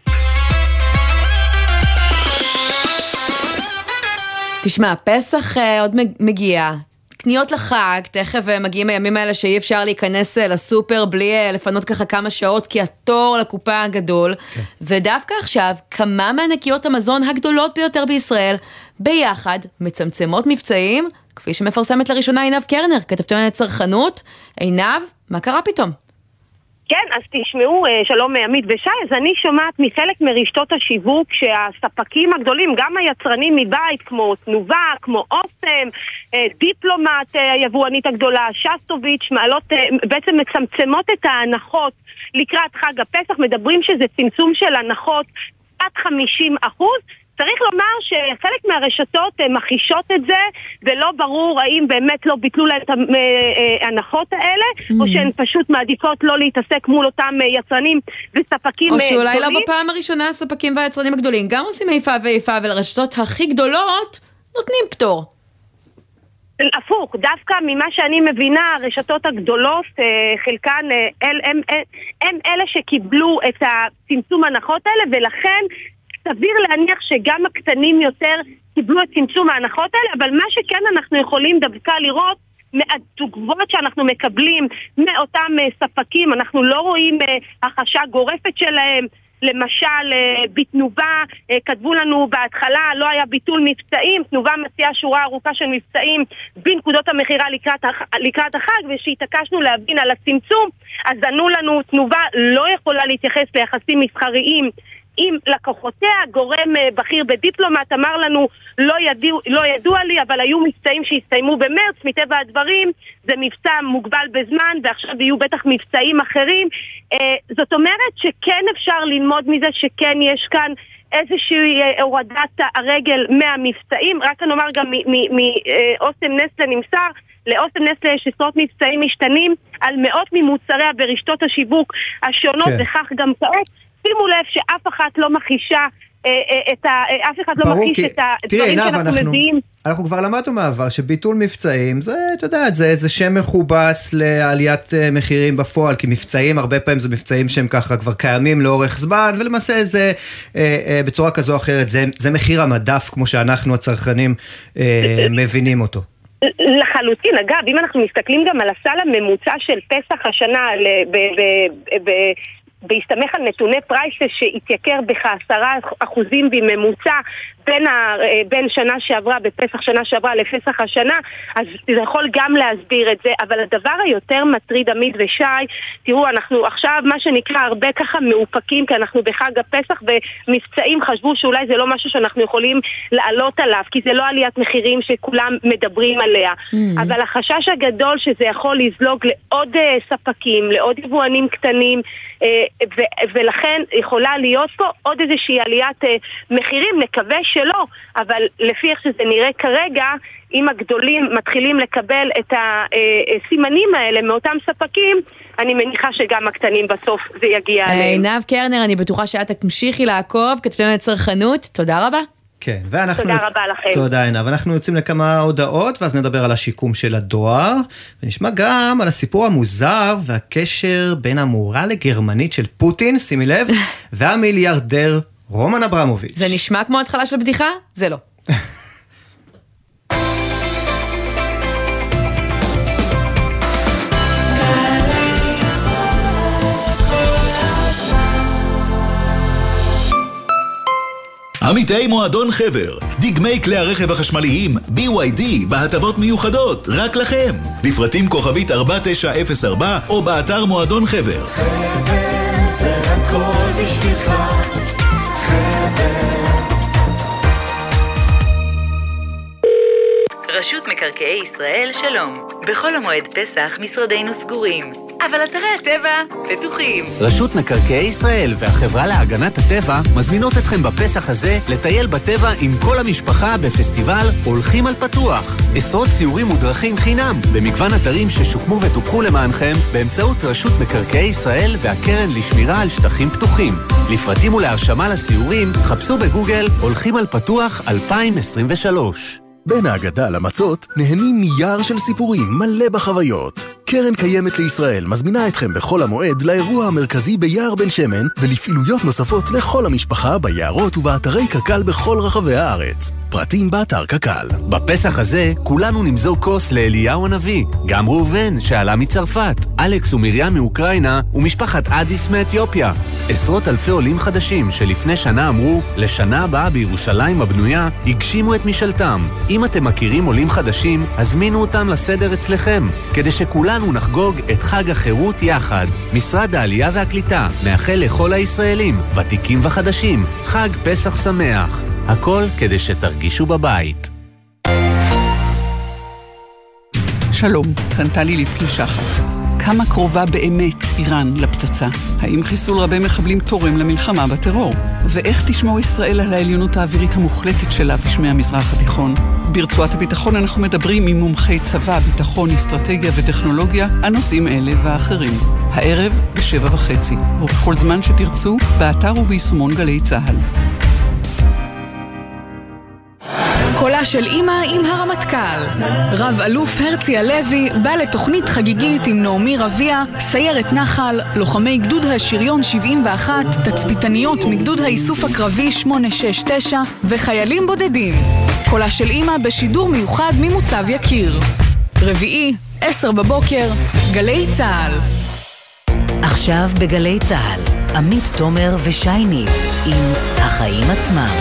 תשמע, פסח עוד מגיע, קניות לחג, תכף מגיעים הימים האלה שאי אפשר להיכנס לסופר בלי לפנות ככה כמה שעות, כי התור לקופה הגדול, ודווקא עכשיו כמה מענקיות המזון הגדולות ביותר בישראל, ביחד מצמצמות מבצעים, כפי שמפרסמת לראשונה עינב קרנר, כתבתנו לצרכנות. עינב, מה קרה פתאום? כן, אז תשמעו, שלום עמית ושי, אז אני שומעת מחלק מרשתות השיווק שהספקים הגדולים, גם היצרנים מבית, כמו תנובה, כמו אוסם, דיפלומט, היבואנית הגדולה, שסטוביץ', מעלות, בעצם מצמצמות את ההנחות לקראת חג הפסח, מדברים שזה צמצום של הנחות עד 50%, צריך לומר שחלק מהרשתות מחישות את זה, ולא ברור האם באמת לא ביטלו להם את ההנחות האלה, או שהן פשוט מעדיפות לא להתעסק מול אותם יצרנים וספקים גדולים. או שאולי לא בפעם הראשונה הספקים והיצרנים הגדולים גם עושים איפה ואיפה, ולרשתות הכי גדולות נותנים פטור. הפוך, דווקא ממה שאני מבינה, הרשתות הגדולות, חלקן, הם אלה שקיבלו את הצמצום ההנחות האלה, ולכן סביר להניח שגם הקטנים יותר קיבלו את צמצום ההנחות האלה, אבל מה שכן אנחנו יכולים דווקא לראות מהתגובות שאנחנו מקבלים מאותם ספקים, אנחנו לא רואים החשה גורפת שלהם. למשל, בתנובה, כתבו לנו בהתחלה, לא היה ביטול מבצעים, תנובה מציעה שורה ארוכה של מבצעים בנקודות המחירה לקראת החג, ושהתעקשנו להבין על הצמצום, אז ענו לנו, תנובה לא יכולה להתייחס ליחסים מסחריים עם לקוחותיה. גורם בכיר בדיפלומט אמר לנו, לא ידוע לי, אבל היו מבצעים שהסתיימו במרץ, מטבע הדברים, זה מבצע מוגבל בזמן, ועכשיו יהיו בטח מבצעים אחרים. זאת אומרת שכן אפשר ללמוד מזה שכן יש כאן איזושהי הורדת הרגל מהמבצעים. רק אני אומר גם מאוסם נסטלה נמסר, לאוסם נסטלה יש עשרות מבצעים משתנים על מאות ממוצריה ברשתות השיווק השונות, וכך גם כעת. שימו לב שאף אחת לא מכחישה אף אחד לא מכחיש את הדברים שאנחנו מביאים. אנחנו כבר למדנו מעבר שביטול מבצעים, זה, אתה יודע, זה איזה שם מכובס לעליית מחירים בפועל, כי מבצעים, הרבה פעמים זה מבצעים שהם ככה כבר קיימים לאורך זמן, ולמעשה זה בצורה כזו או אחרת, זה מחיר המדף, כמו שאנחנו הצרכנים מבינים אותו. לחלוטין. אגב, אם אנחנו מסתכלים גם על הסל הממוצע של פסח השנה בהסתמך על נתוני פרייסס שהתייקר ב10% בממוצע בין שנה שעברה, בפסח שנה שעברה לפסח השנה, אז זה יכול גם להסביר את זה, אבל הדבר היותר מטריד עמית ושי, תראו, אנחנו עכשיו מה שנקרא הרבה ככה מאופקים, כי אנחנו בחג הפסח ומבצעים חשבו שאולי זה לא משהו שאנחנו יכולים לעלות עליו, כי זה לא עליית מחירים שכולם מדברים עליה, אבל החשש הגדול שזה יכול לזלוג לעוד ספקים, לעוד יבואנים קטנים, ולכן יכולה להיות פה עוד איזושהי עליית מחירים, נקווה שלא, אבל לפי איך שזה נראה כרגע, אם הגדולים מתחילים לקבל את הסימנים האלה מאותם ספקים, אני מניחה שגם הקטנים בסוף זה יגיע עליהם. עינב קרנר, אני בטוחה שאת תמשיכי לעקוב, כתבנו לצרכנות, תודה רבה. כן, ואנחנו... תודה רבה לכם. תודה עינב, אנחנו יוצאים לכמה הודעות, ואז נדבר על השיקום של הדואר, ונשמע גם על הסיפור המוזר והקשר בין המורה לגרמנית של פוטין, שימי לב, והמיליארדר רומן אברמוביץ'. זה נשמע כמו התחלה של בדיחה? זה לא. עמיתי מועדון חבר, דגמי כלי הרכב החשמליים BYD בהטבות מיוחדות רק לכם. לפרטים כוכבית 4904 או באתר מועדון חבר. חבר זה הכל בשבילך, חבר. רשות מקרקעי ישראל שלום. בכל המועד פסח משרדינו סגורים, אבל אתרי הטבע פתוחים. רשות מקרקעי ישראל והחברה להגנת הטבע מזמינות אתכם בפסח הזה לטייל בטבע עם כל המשפחה בפסטיבל הולכים על פתוח. עשרות ציורים ודרכים חינם במגוון אתרים ששוקמו וטופחו למענכם באמצעות רשות מקרקעי ישראל והקרן לשמירה על שטחים פתוחים. לפרטים ולהרשמה לסיורים חפשו בגוגל הולכים על פתוח 2023. בין האגדה למצות נהנים מיער של סיפורים מלא בחוויות. קרן קיימת לישראל מזמינה אתכם בכל המועד לאירוע המרכזי ביער בן שמן ולפעילויות נוספות לכל המשפחה ביערות ובאתרי קק"ל בכל רחבי הארץ. פרטים באתר קק"ל. בפסח הזה כולנו נמזוג כוס לאליהו הנביא, גם ראובן שעלה מצרפת, אלכס ומרים מאוקראינה ומשפחת אדיס מאתיופיה. עשרות אלפי עולים חדשים שלפני שנה אמרו לשנה הבאה בירושלים הבנויה הגשימו את משאלתם. אם אתם מכירים עולים חדשים, הזמינו אותם לסדר אצלכם, כדי שכולנו נחגוג את חג החירות יחד. משרד העלייה והקליטה מאחל לכל הישראלים, ותיקים וחדשים, חג פסח שמח. הכל כדי שתרגישו בבית. שלום, כאן טלי ליפקין שחר. כמה קרובה באמת איראן לפצצה? האם חיסול רבי מחבלים תורם למלחמה בטרור? ואיך תשמור ישראל על העליונות האווירית המוחלטת שלה בשמי המזרח התיכון? ברצועת הביטחון אנחנו מדברים עם מומחי צבא, ביטחון, אסטרטגיה וטכנולוגיה על נושאים אלה ואחרים. הערב ב7:30, ובכל זמן שתרצו, באתר וביישומון גלי צהל. קולה של אמא עם הרמטכ"ל. רב אלוף הרצי הלוי בא לתוכנית חגיגית עם נעמי רביע, סיירת נחל, לוחמי גדוד השריון 71, תצפיתניות מגדוד האיסוף הקרבי 869 וחיילים בודדים. קולה של אמא בשידור מיוחד ממוצב יקיר. רביעי, 10:00, גלי צהל. עכשיו בגלי צהל, עמית תומר ושייני עם החיים עצמם.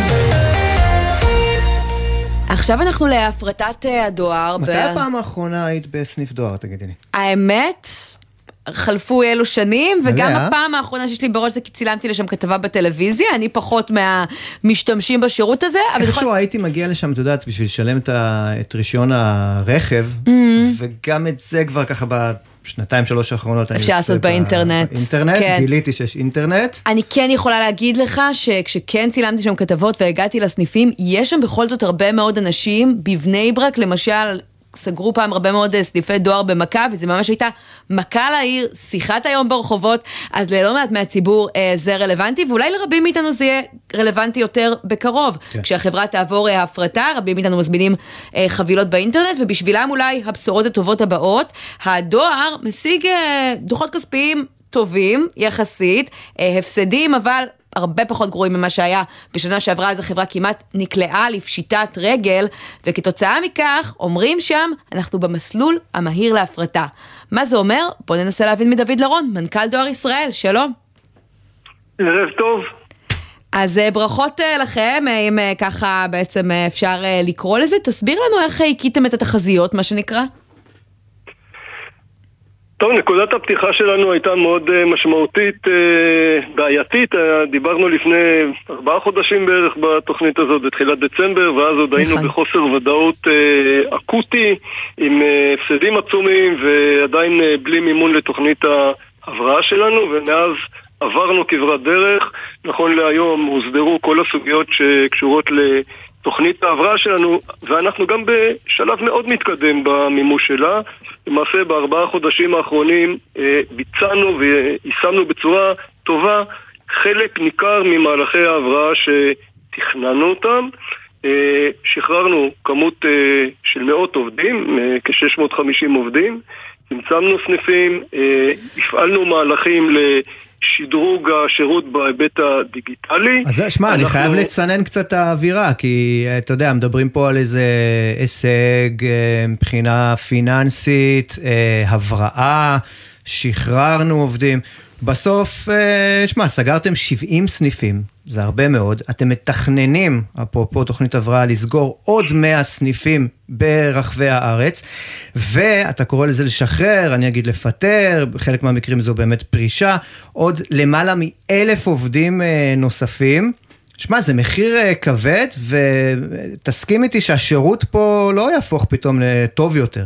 עכשיו אנחנו להפרטת הדואר. מתי הפעם האחרונה היית בסניף דואר, תגידי לי? האמת, חלפו אלו שנים, וגם הפעם האחרונה שיש לי בראש זה כי צילמתי לשם כתבה בטלוויזיה, אני פחות מהמשתמשים בשירות הזה. איכשהו הייתי מגיע לשם, את יודעת, בשביל לשלם את רישיון הרכב, וגם את זה כבר ככה בשנתיים שלוש האחרונות. אפשר לעשות באינטרנט. אינטרנט, גיליתי שיש אינטרנט. אני כן יכולה להגיד לך שכשכן צילמתי שם כתבות והגעתי לסניפים, יש שם בכל זאת הרבה מאוד אנשים, בבני ברק למשל, סגרו פעם הרבה מאוד סניפי דואר במכה, וזה ממש הייתה מכה לעיר, שיחת היום ברחובות, אז ללא מעט מהציבור זה רלוונטי, ואולי לרבים מאיתנו זה יהיה רלוונטי יותר בקרוב. כן. כשהחברה תעבור ההפרטה, רבים מאיתנו מזמינים חבילות באינטרנט, ובשבילם אולי הבשורות הטובות הבאות, הדואר משיג דוחות כספיים טובים, יחסית, הפסדים, אבל הרבה פחות גרועים ממה שהיה בשנה שעברה, אז החברה כמעט נקלעה לפשיטת רגל, וכתוצאה מכך אומרים שם, אנחנו במסלול המהיר להפרטה. מה זה אומר? בואו ננסה להבין מדוד לרון, מנכ"ל דואר ישראל, שלום. ערב טוב. אז ברכות לכם, אם ככה בעצם אפשר לקרוא לזה, תסביר לנו איך הקיתם את התחזיות, מה שנקרא. טוב, נקודת הפתיחה שלנו הייתה מאוד משמעותית, בעייתית. דיברנו לפני 4 חודשים בערך בתוכנית הזאת, בתחילת דצמבר, ואז עוד היינו בחוסר ודאות אקוטי, עם הפסדים עצומים, ועדיין בלי מימון לתוכנית ההבראה שלנו, ומאז עברנו כברת דרך. נכון להיום הוסדרו כל הסוגיות שקשורות לתוכנית ההבראה שלנו, ואנחנו גם בשלב מאוד מתקדם במימוש שלה. למעשה ב4 חודשים האחרונים ביצענו ויישמנו בצורה טובה חלק ניכר ממהלכי ההבראה שתכננו אותם. שחררנו כמות של מאות עובדים, כ-650 עובדים, צמצמנו סניפים, הפעלנו מהלכים לשדרוג השירות בהיבט הדיגיטלי. אז שמע, אני חייב לצנן קצת האווירה, כי אתה יודע, מדברים פה על איזה הישג, מבחינה פיננסית, הבראה, שחררנו עובדים. בסוף, שמע, סגרתם 70 סניפים, זה הרבה מאוד. אתם מתכננים, אפרופו תוכנית הבראה, לסגור עוד 100 סניפים ברחבי הארץ, ואתה קורא לזה לשחרר, אני אגיד לפטר, בחלק מהמקרים זו באמת פרישה, עוד למעלה מ1,000 עובדים נוספים. שמע, זה מחיר כבד, ותסכים איתי שהשירות פה לא יהפוך פתאום לטוב יותר.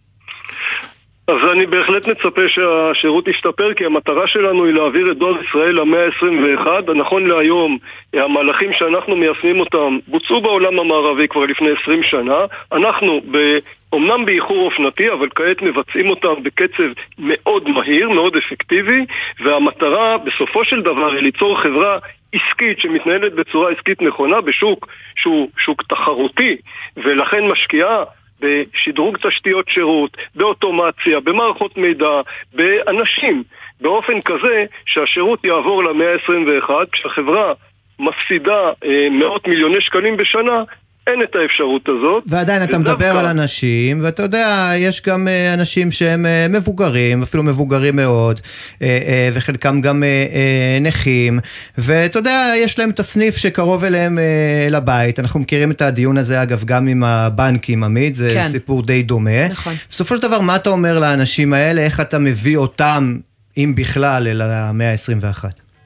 אז אני בהחלט מצפה שהשירות ישתפר, כי המטרה שלנו היא להעביר את דואר ישראל למאה ה-21. נכון להיום, המהלכים שאנחנו מיישמים אותם בוצעו בעולם המערבי כבר לפני 20 שנה. אנחנו אומנם באיחור אופנתי, אבל כעת מבצעים אותם בקצב מאוד מהיר, מאוד אפקטיבי, והמטרה בסופו של דבר היא ליצור חברה עסקית שמתנהלת בצורה עסקית נכונה בשוק שהוא שוק תחרותי, ולכן משקיעה בשדרוג תשתיות שירות, באוטומציה, במערכות מידע, באנשים, באופן כזה שהשירות יעבור למאה ה-21, כשהחברה מפסידה מאות מיליוני שקלים בשנה, אין את האפשרות הזאת. ועדיין אתה מדבר על אנשים, ואתה יודע, יש גם אנשים שהם מבוגרים, אפילו מבוגרים מאוד, וחלקם גם נכים, ואתה יודע, יש להם את הסניף שקרוב אליהם לבית. אנחנו מכירים את הדיון הזה, אגב, גם עם הבנקים, עמית, זה כן. סיפור די דומה. נכון. בסופו של דבר, מה אתה אומר לאנשים האלה, איך אתה מביא אותם, אם בכלל, אל המאה ה-21?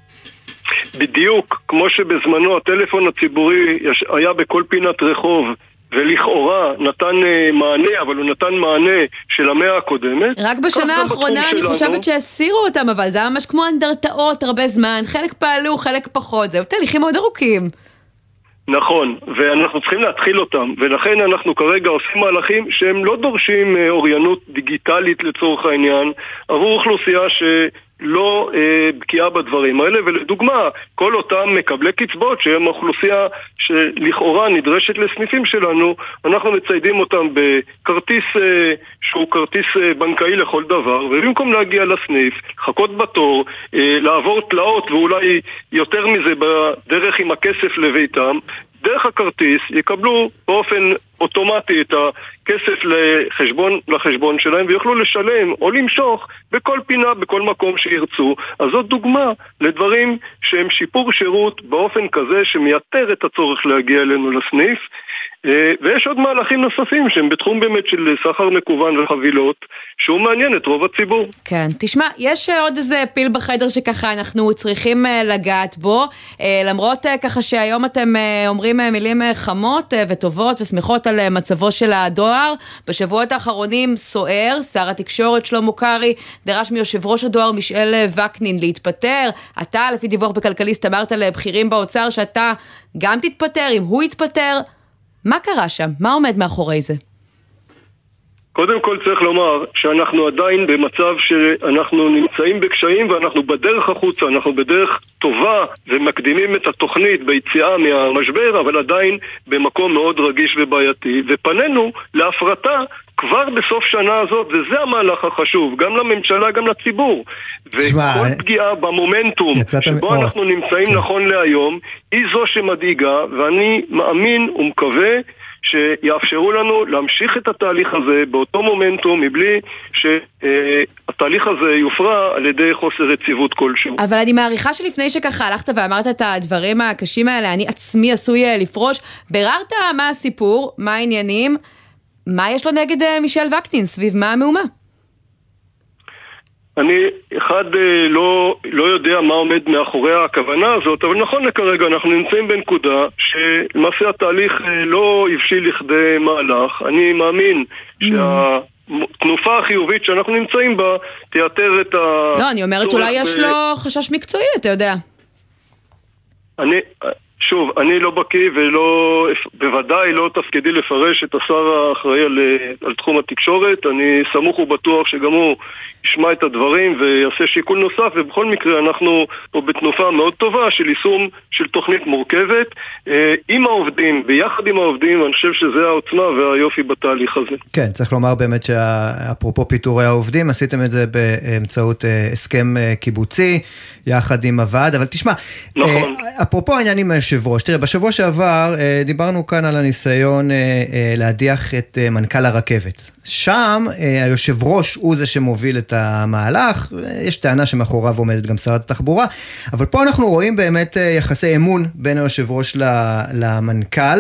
בדיוק, כמו שבזמנו הטלפון הציבורי היה בכל פינת רחוב, ולכאורה נתן מענה, אבל הוא נתן מענה של המאה הקודמת. רק בשנה האחרונה אני חושבת שהסירו אותם, אבל זה היה ממש כמו אנדרטאות הרבה זמן, חלק פעלו, חלק פחות, זה תהליכים מאוד ארוכים. נכון, ואנחנו צריכים להתחיל אותם, ולכן אנחנו כרגע עושים מהלכים שהם לא דורשים אוריינות דיגיטלית לצורך העניין, עבור אוכלוסייה שלא בקיאה בדברים האלה, ולדוגמה, כל אותם מקבלי קצבאות שהם אוכלוסייה שלכאורה נדרשת לסניפים שלנו, אנחנו מציידים אותם בכרטיס שהוא כרטיס בנקאי לכל דבר, ובמקום להגיע לסניף, לחכות בתור, לעבור תלאות ואולי יותר מזה בדרך עם הכסף לביתם, דרך הכרטיס יקבלו באופן אוטומטי את הכסף לחשבון שלהם ויוכלו לשלם או למשוך בכל פינה, בכל מקום שירצו. אז זאת דוגמה לדברים שהם שיפור שירות באופן כזה שמייתר את הצורך להגיע אלינו לסניף. ויש עוד מהלכים נוספים שהם בתחום באמת של סחר מקוון וחבילות, שהוא מעניין את רוב הציבור. כן, תשמע, יש עוד איזה פיל בחדר שככה אנחנו צריכים לגעת בו, למרות ככה שהיום אתם אומרים מילים חמות וטובות ושמחות על מצבו של הדואר. בשבועות האחרונים סוער, שר התקשורת שלמה קרעי דרש מיושב ראש הדואר מישאל וקנין להתפטר. אתה לפי דיווח בכלכליסט אמרת לבכירים באוצר שאתה גם תתפטר אם הוא יתפטר. מה קרה שם? מה עומד מאחורי זה? קודם כל צריך לומר שאנחנו עדיין במצב שאנחנו נמצאים בקשיים ואנחנו בדרך החוצה, אנחנו בדרך טובה ומקדימים את התוכנית ביציאה מהמשבר, אבל עדיין במקום מאוד רגיש ובעייתי, ופנינו להפרטה כבר בסוף שנה הזאת, וזה המהלך החשוב, גם לממשלה, גם לציבור. וכל פגיעה במומנטום שבו אנחנו נמצאים נכון להיום, היא זו שמדאיגה, ואני מאמין ומקווה שיאפשרו לנו להמשיך את התהליך הזה באותו מומנטום, מבלי שהתהליך הזה יופרע על ידי חוסר יציבות כלשהו. אבל אני מעריכה שלפני שככה הלכת ואמרת את הדברים הקשים האלה, אני עצמי עשוי לפרוש, בררת מה הסיפור, מה העניינים, מה יש לו נגד מישל וקנין, סביב מה המהומה? אני לא יודע מה עומד מאחורי הכוונה הזאת, אבל נכון לכרגע אנחנו נמצאים בנקודה שלמעשה התהליך לא הבשיל לכדי מהלך. אני מאמין שהתנופה החיובית שאנחנו נמצאים בה תייתר את לא, אני אומרת אולי יש לו חשש מקצועי, אתה יודע. שוב, אני לא בקיא בוודאי לא תפקידי לפרש את השר האחראי על תחום התקשורת. אני סמוך ובטוח שגם הוא ישמע את הדברים ויעשה שיקול נוסף, ובכל מקרה אנחנו פה בתנופה מאוד טובה של יישום של תוכנית מורכבת עם העובדים, ביחד עם העובדים. אני חושב שזה העוצמה והיופי בתהליך הזה. כן, צריך לומר באמת שאפרופו פיטורי העובדים, עשיתם את זה באמצעות הסכם קיבוצי יחד עם הוועד, אבל תשמע, נכון. אפרופו העניין עם היושב ראש, תראה, בשבוע שעבר דיברנו כאן על הניסיון להדיח את מנכ"ל הרכבת. שם היושב ראש הוא זה שמוביל את המהלך, יש טענה שמאחוריו עומדת גם שרת התחבורה, אבל פה אנחנו רואים באמת יחסי אמון בין היושב ראש למנכ"ל.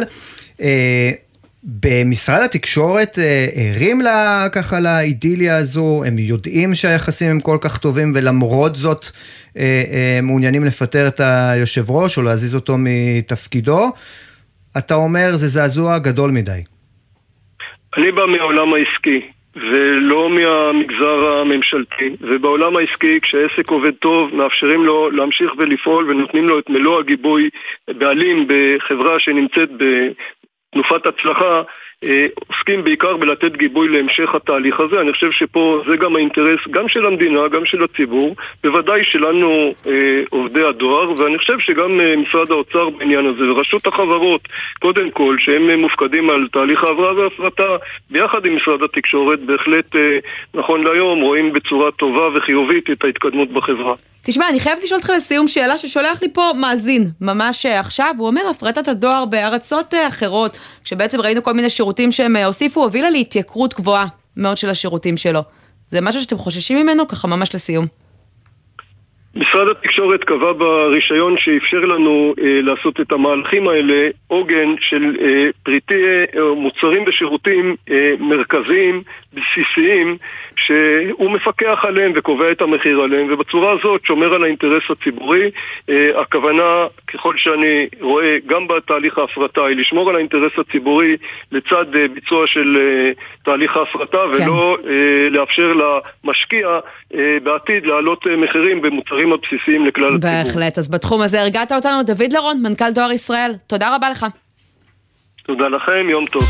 במשרד התקשורת ערים לה ככה לאידיליה הזו, הם יודעים שהיחסים הם כל כך טובים, ולמרות זאת מעוניינים לפטר את היושב ראש או להזיז אותו מתפקידו. אתה אומר זה זעזוע גדול מדי. אני בא מהעולם העסקי ולא מהמגזר הממשלתי, ובעולם העסקי כשהעסק עובד טוב מאפשרים לו להמשיך ולפעול ונותנים לו את מלוא הגיבוי. בעלים בחברה שנמצאת בתנופת הצלחה עוסקים בעיקר בלתת גיבוי להמשך התהליך הזה. אני חושב שפה זה גם האינטרס גם של המדינה, גם של הציבור, בוודאי שלנו עובדי הדואר, ואני חושב שגם משרד האוצר בעניין הזה, ורשות החברות קודם כל, שהם מופקדים על תהליך העברה והפרטה, ביחד עם משרד התקשורת, בהחלט נכון להיום רואים בצורה טובה וחיובית את ההתקדמות בחברה. תשמע, אני חייבת לשאול אותך לסיום שאלה ששולח לי פה מאזין, ממש עכשיו, הוא אומר, הפרטת הדואר בארצות אחרות, כשבעצם ראינו כל מיני שירותים שהם הוסיפו, הובילה להתייקרות גבוהה מאוד של השירותים שלו. זה משהו שאתם חוששים ממנו? ככה ממש לסיום. משרד התקשורת קבע ברישיון שאפשר לנו לעשות את המהלכים האלה, עוגן של פריטי מוצרים ושירותים מרכזיים, בסיסיים, שהוא מפקח עליהם וקובע את המחיר עליהם, ובצורה הזאת שומר על האינטרס הציבורי. הכוונה, ככל שאני רואה גם בתהליך ההפרטה, היא לשמור על האינטרס הציבורי לצד ביצוע של תהליך ההפרטה, ולא לאפשר למשקיע בעתיד להעלות מחירים במוצרים הבסיסיים לכלל הציבור. בהחלט, אז בתחום הזה הרגעת אותנו. דוד לרון, מנכ"ל דואר ישראל, תודה רבה לך. תודה לכם, יום טוב.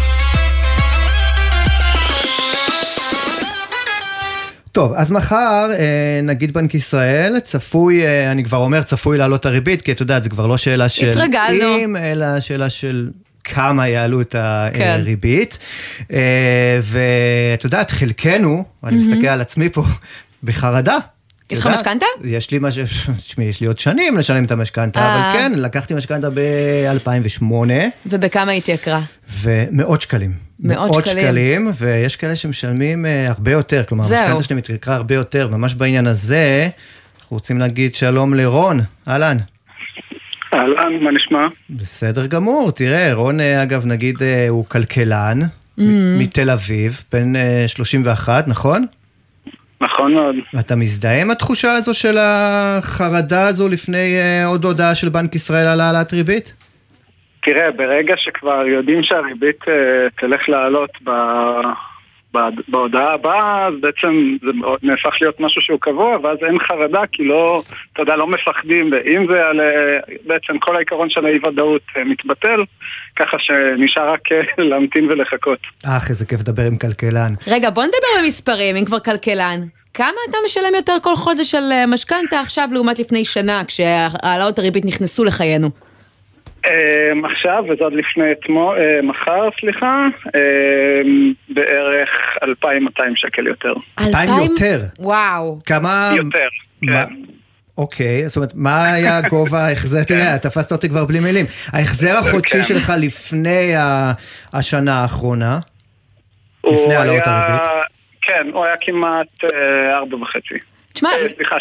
טוב, אז מחר נגיד בנק ישראל צפוי, אני כבר אומר צפוי לעלות הריבית, כי אתה יודע, זה כבר לא שאלה של אם, אלא שאלה של כמה יעלו את הריבית. ואתה יודע, חלקנו, אני מסתכל על עצמי פה, בחרדה. יש לך משכנתה? יש לי עוד שנים לשלם את המשכנתה, אבל כן, לקחתי משכנתה ב-2008. ובכמה התייקרה? ומאות שקלים. מאות שקלים, ויש כאלה שמשלמים הרבה יותר, כלומר, המשכנתה שלהם התייקרה הרבה יותר, ממש בעניין הזה, אנחנו רוצים להגיד שלום לרון, אהלן. אהלן, מה נשמע? בסדר גמור, תראה, רון אגב נגיד הוא כלכלן, מתל אביב, בן 31, נכון? נכון מאוד. אתה מזדהה עם התחושה הזו של החרדה הזו לפני עוד הודעה של בנק ישראל על העלאת ריבית? תראה, ברגע שכבר יודעים שהריבית תלך לעלות בהודעה הבאה, אז בעצם זה נהפך להיות משהו שהוא קבוע, ואז אין חרדה, כי לא, אתה יודע, לא מפחדים, ואם זה בעצם כל העיקרון של האי-ודאות מתבטל, ככה שנשאר רק להמתין ולחכות. איזה כיף לדבר עם כלכלן. רגע, בוא נדבר במספרים, אם כבר כלכלן. כמה אתה משלם יותר כל חודש על משכנתה עכשיו לעומת לפני שנה, כשהעלאות הריבית נכנסו לחיינו? עכשיו, וזה עוד לפני מחר, סליחה, בערך 2,200 שקל יותר. 2,000 יותר? וואו. כמה... יותר, כן. אוקיי, זאת אומרת, מה היה גובה ההחזר? תראה, תפסת אותי כבר בלי מילים. ההחזר החודשי שלך לפני השנה האחרונה, לפני העלאות הריבית? כן, הוא היה כמעט 4.5. תשמע, סליחה,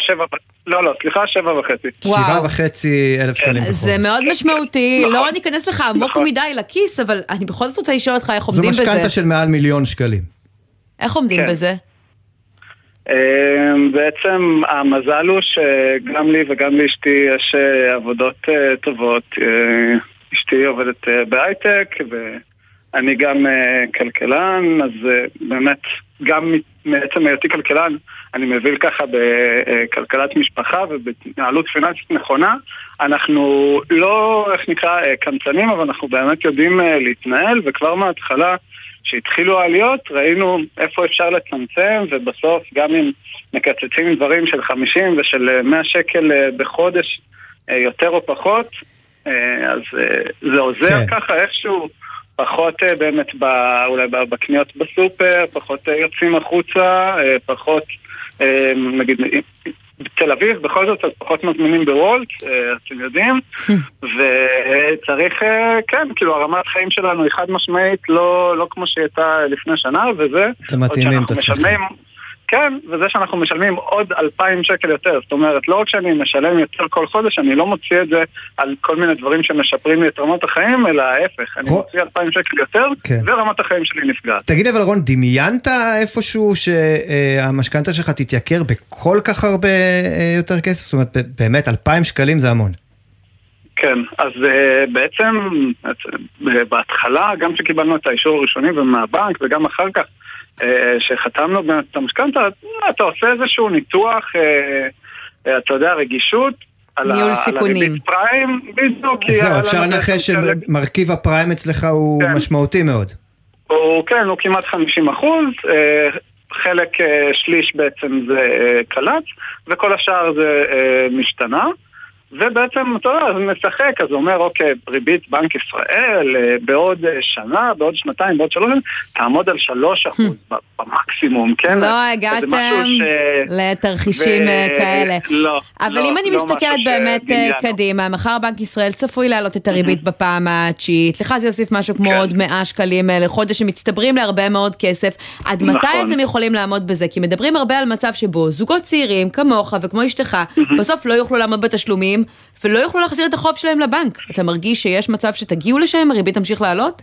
7.5. 7,500 שקלים בחודש. זה מאוד משמעותי, לא ניכנס לך עמוק מדי לכיס, אבל אני בכל זאת רוצה לשאול אותך איך עומדים בזה. זו משכנתה של מעל 1,000,000 שקלים. איך עומדים בזה? בעצם המזל הוא שגם לי וגם לאשתי יש עבודות טובות. אשתי עובדת בהייטק ואני גם כלכלן, אז באמת גם מעצם היותי כלכלן אני מבין ככה בכלכלת משפחה ובהתנהלות פיננסית נכונה. אנחנו לא, איך נקרא, קמצנים, אבל אנחנו באמת יודעים להתנהל, וכבר מההתחלה שהתחילו העליות ראינו איפה אפשר לצמצם, ובסוף גם אם מקצצים דברים של 50 ושל 100 שקל בחודש יותר או פחות, אז זה עוזר ככה איכשהו, פחות באמת אולי בקניות בסופר, פחות יוצאים החוצה, פחות נגיד בתל אביב, בכל זאת פחות מזמינים בוולט, אתם יודעים, וצריך, כן, כאילו הרמת חיים שלנו היא חד משמעית, לא כמו שהיא הייתה לפני שנה, וזה אתם מתאימים את עצמכם. כן, וזה שאנחנו משלמים עוד 2,000 שקל יותר, זאת אומרת, לא רק שאני משלם יותר כל חודש, אני לא מוציא את זה על כל מיני דברים שמשפרים לי את רמת החיים, אלא ההפך, אני מוציא 2,000 שקל יותר, ורמת החיים שלי נפגעת. תגיד אבל רון, דמיינת איפשהו שהמשכנתה שלך תתייקר בכל כך הרבה יותר כסף? זאת אומרת, באמת 2,000 שקלים זה המון. כן, אז בעצם בהתחלה, גם שקיבלנו את האישור הראשוני ומהבנק, וגם אחר כך שחתמנו את המשכנתה, אתה עושה איזשהו ניתוח, אתה יודע, רגישות על הריבית פריים, בדיוק. זהו, אפשר לנחש שמרכיב הפריים אצלך הוא משמעותי מאוד. כן, הוא כמעט 50%, חלק שליש בעצם זה קלט, וכל השאר זה משתנה. ובעצם, אתה יודע, אז משחק, אז הוא אומר, אוקיי, ריבית בנק ישראל, בעוד שנה, בעוד שנתיים, בעוד 3, תעמוד על 3% במקסימום, כן? לא הגעתם לתרחישים כאלה. לא. אבל אם אני מסתכלת באמת קדימה, מחר בנק ישראל צפוי להעלות את הריבית בפעם התשיעית, לך זה יוסיף משהו כמו עוד 100 שקלים לחודש, שמצטברים להרבה מאוד כסף. עד מתי אתם יכולים לעמוד בזה? כי מדברים הרבה על מצב שבו זוגות צעירים, כמוך וכמו אשתך, בסוף לא יוכלו לעמוד בתשלומים, ולא יוכלו להחזיר את החוב שלהם לבנק. אתה מרגיש שיש מצב שתגיעו לשם, הריבית תמשיך לעלות?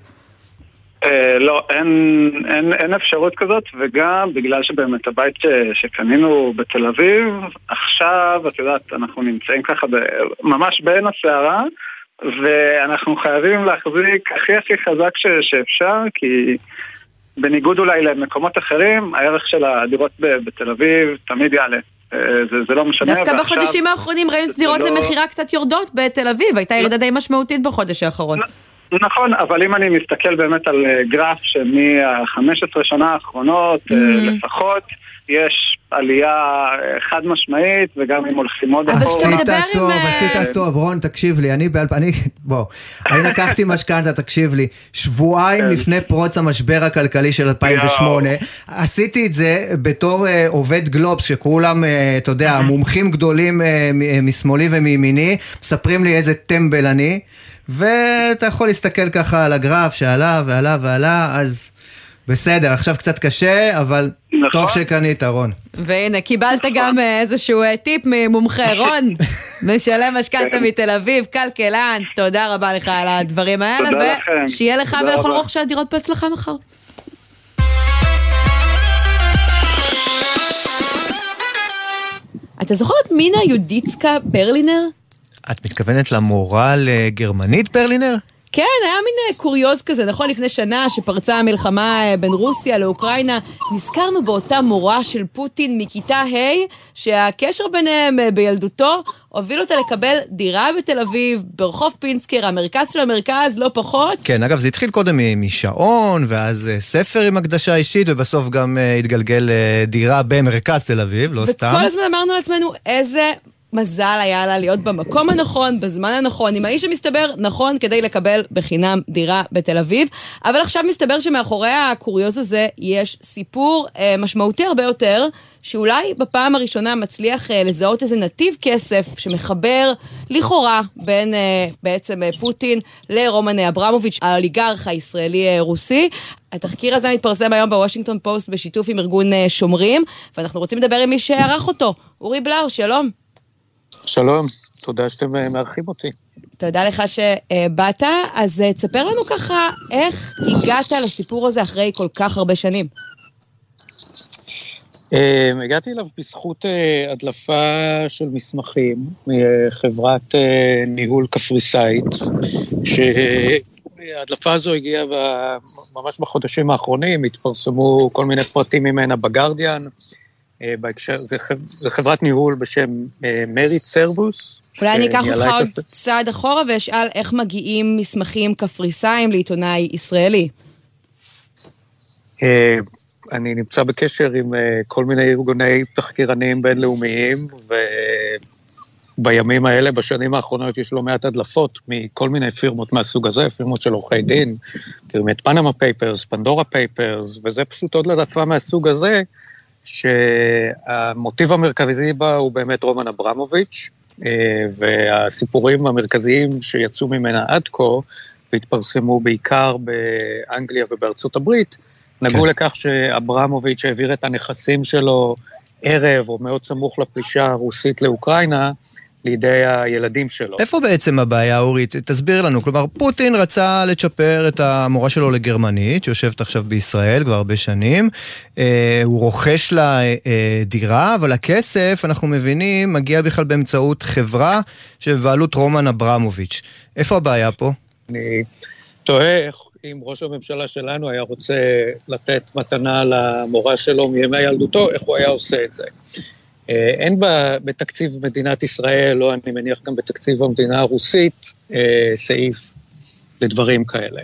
לא, אין אפשרות כזאת, וגם בגלל שבאמת הבית שקנינו בתל אביב, עכשיו, את יודעת, אנחנו נמצאים ככה ממש בין הסערה, ואנחנו חייבים להחזיק הכי חזק שאפשר, כי בניגוד אולי למקומות אחרים, הערך של הדירות בתל אביב תמיד יעלה. זה לא משנה. דווקא בחודשים האחרונים ראינו דירות למחירה קצת יורדות בתל אביב, הייתה ירידה די משמעותית בחודש האחרון. נכון, אבל אם אני מסתכל באמת על גרף שמה-15 שנה האחרונות לפחות, יש עלייה חד משמעית, וגם אם הולכים עוד אחורה. עשית טוב, רון, תקשיב לי, אני לקחתי משכנתה, תקשיב לי, שבועיים לפני פרוץ המשבר הכלכלי של 2008, עשיתי את זה בתור עובד גלובס, שכולם, אתה יודע, מומחים גדולים משמאלי ומימיני, מספרים לי איזה טמבל אני, ואתה יכול להסתכל ככה על הגרף שעלה ועלה ועלה, אז בסדר, עכשיו קצת קשה, אבל טוב שקנית, רון. והנה, קיבלת גם איזשהו טיפ ממומחה, רון, משלם משכנתה מתל אביב, כלכלן, תודה רבה לך על הדברים האלה, ושיהיה לך ולכל רוכשי הדירות בהצלחה מחר. אתה זוכר את מינה יודיצקה ברלינר? את מתכוונת למורה לגרמנית ברלינר? כן, היה מין קוריוז כזה, נכון? לפני שנה שפרצה המלחמה בין רוסיה לאוקראינה, נזכרנו באותה מורה של פוטין מכיתה ה' שהקשר ביניהם בילדותו הוביל אותה לקבל דירה בתל אביב, ברחוב פינסקר, המרכז של המרכז, לא פחות. כן, אגב, זה התחיל קודם משעון, ואז ספר עם הקדשה אישית, ובסוף גם התגלגל דירה במרכז תל אביב, לא סתם. וכל הזמן אמרנו לעצמנו, איזה מזל היה לה להיות במקום הנכון, בזמן הנכון, עם האיש שמסתבר נכון כדי לקבל בחינם דירה בתל אביב, אבל עכשיו מסתבר שמאחורי הקוריוז הזה יש סיפור משמעותי הרבה יותר, שאולי בפעם הראשונה מצליח לזהות איזה נתיב כסף שמחבר לכאורה בין בעצם פוטין לרומן אברמוביץ', האוליגרך הישראלי-רוסי. התחקיר הזה מתפרסם היום בוושינגטון פוסט בשיתוף עם ארגון שומרים, ואנחנו רוצים לדבר עם מי שערך אותו. אורי בלאו, שלום. שלום, תודה שאתם מארחים אותי. תודה לך שבאת, אז תספר לנו ככה איך הגעת לסיפור הזה אחרי כל כך הרבה שנים. הגעתי אליו בזכות הדלפה של מסמכים מחברת ניהול קפריסאית, שההדלפה הזו הגיעה ממש בחודשים האחרונים, התפרסמו כל מיני פרטים ממנה בגרדיאן, זה חברת ניהול בשם מריט סרבוס. אולי אני אקח אותך עוד צעד אחורה ואשאל איך מגיעים מסמכים קפריסאים לעיתונאי ישראלי. אני נמצא בקשר עם כל מיני ארגוני תחקירנים בינלאומיים, ובימים האלה, בשנים האחרונות, יש לא מעט הדלפות מכל מיני פירמות מהסוג הזה, פירמות של עורכי דין, כאילו את פנמה פייפרס, פנדורה פייפרס, וזה פשוט עוד הדלפה מהסוג הזה, שהמוטיב המרכזי בה הוא באמת רומן אברמוביץ', והסיפורים המרכזיים שיצאו ממנה עד כה, והתפרסמו בעיקר באנגליה ובארצות הברית, נגעו לכך שאברמוביץ' העביר את הנכסים שלו ערב או מאוד סמוך לפלישה הרוסית לאוקראינה, לידי הילדים שלו. איפה בעצם הבעיה, אורית? תסביר לנו. כלומר, פוטין רצה לצ'פר את המורה שלו לגרמנית, שיושבת עכשיו בישראל כבר הרבה שנים. הוא רוכש לה דירה, אבל הכסף, אנחנו מבינים, מגיע בכלל באמצעות חברה שבבעלות רומן אברמוביץ'. איפה הבעיה פה? אני תוהה אם ראש הממשלה שלנו היה רוצה לתת מתנה למורה שלו מימי ילדותו, איך הוא היה עושה את זה. אין בתקציב מדינת ישראל, או אני מניח גם בתקציב המדינה הרוסית, סעיף לדברים כאלה.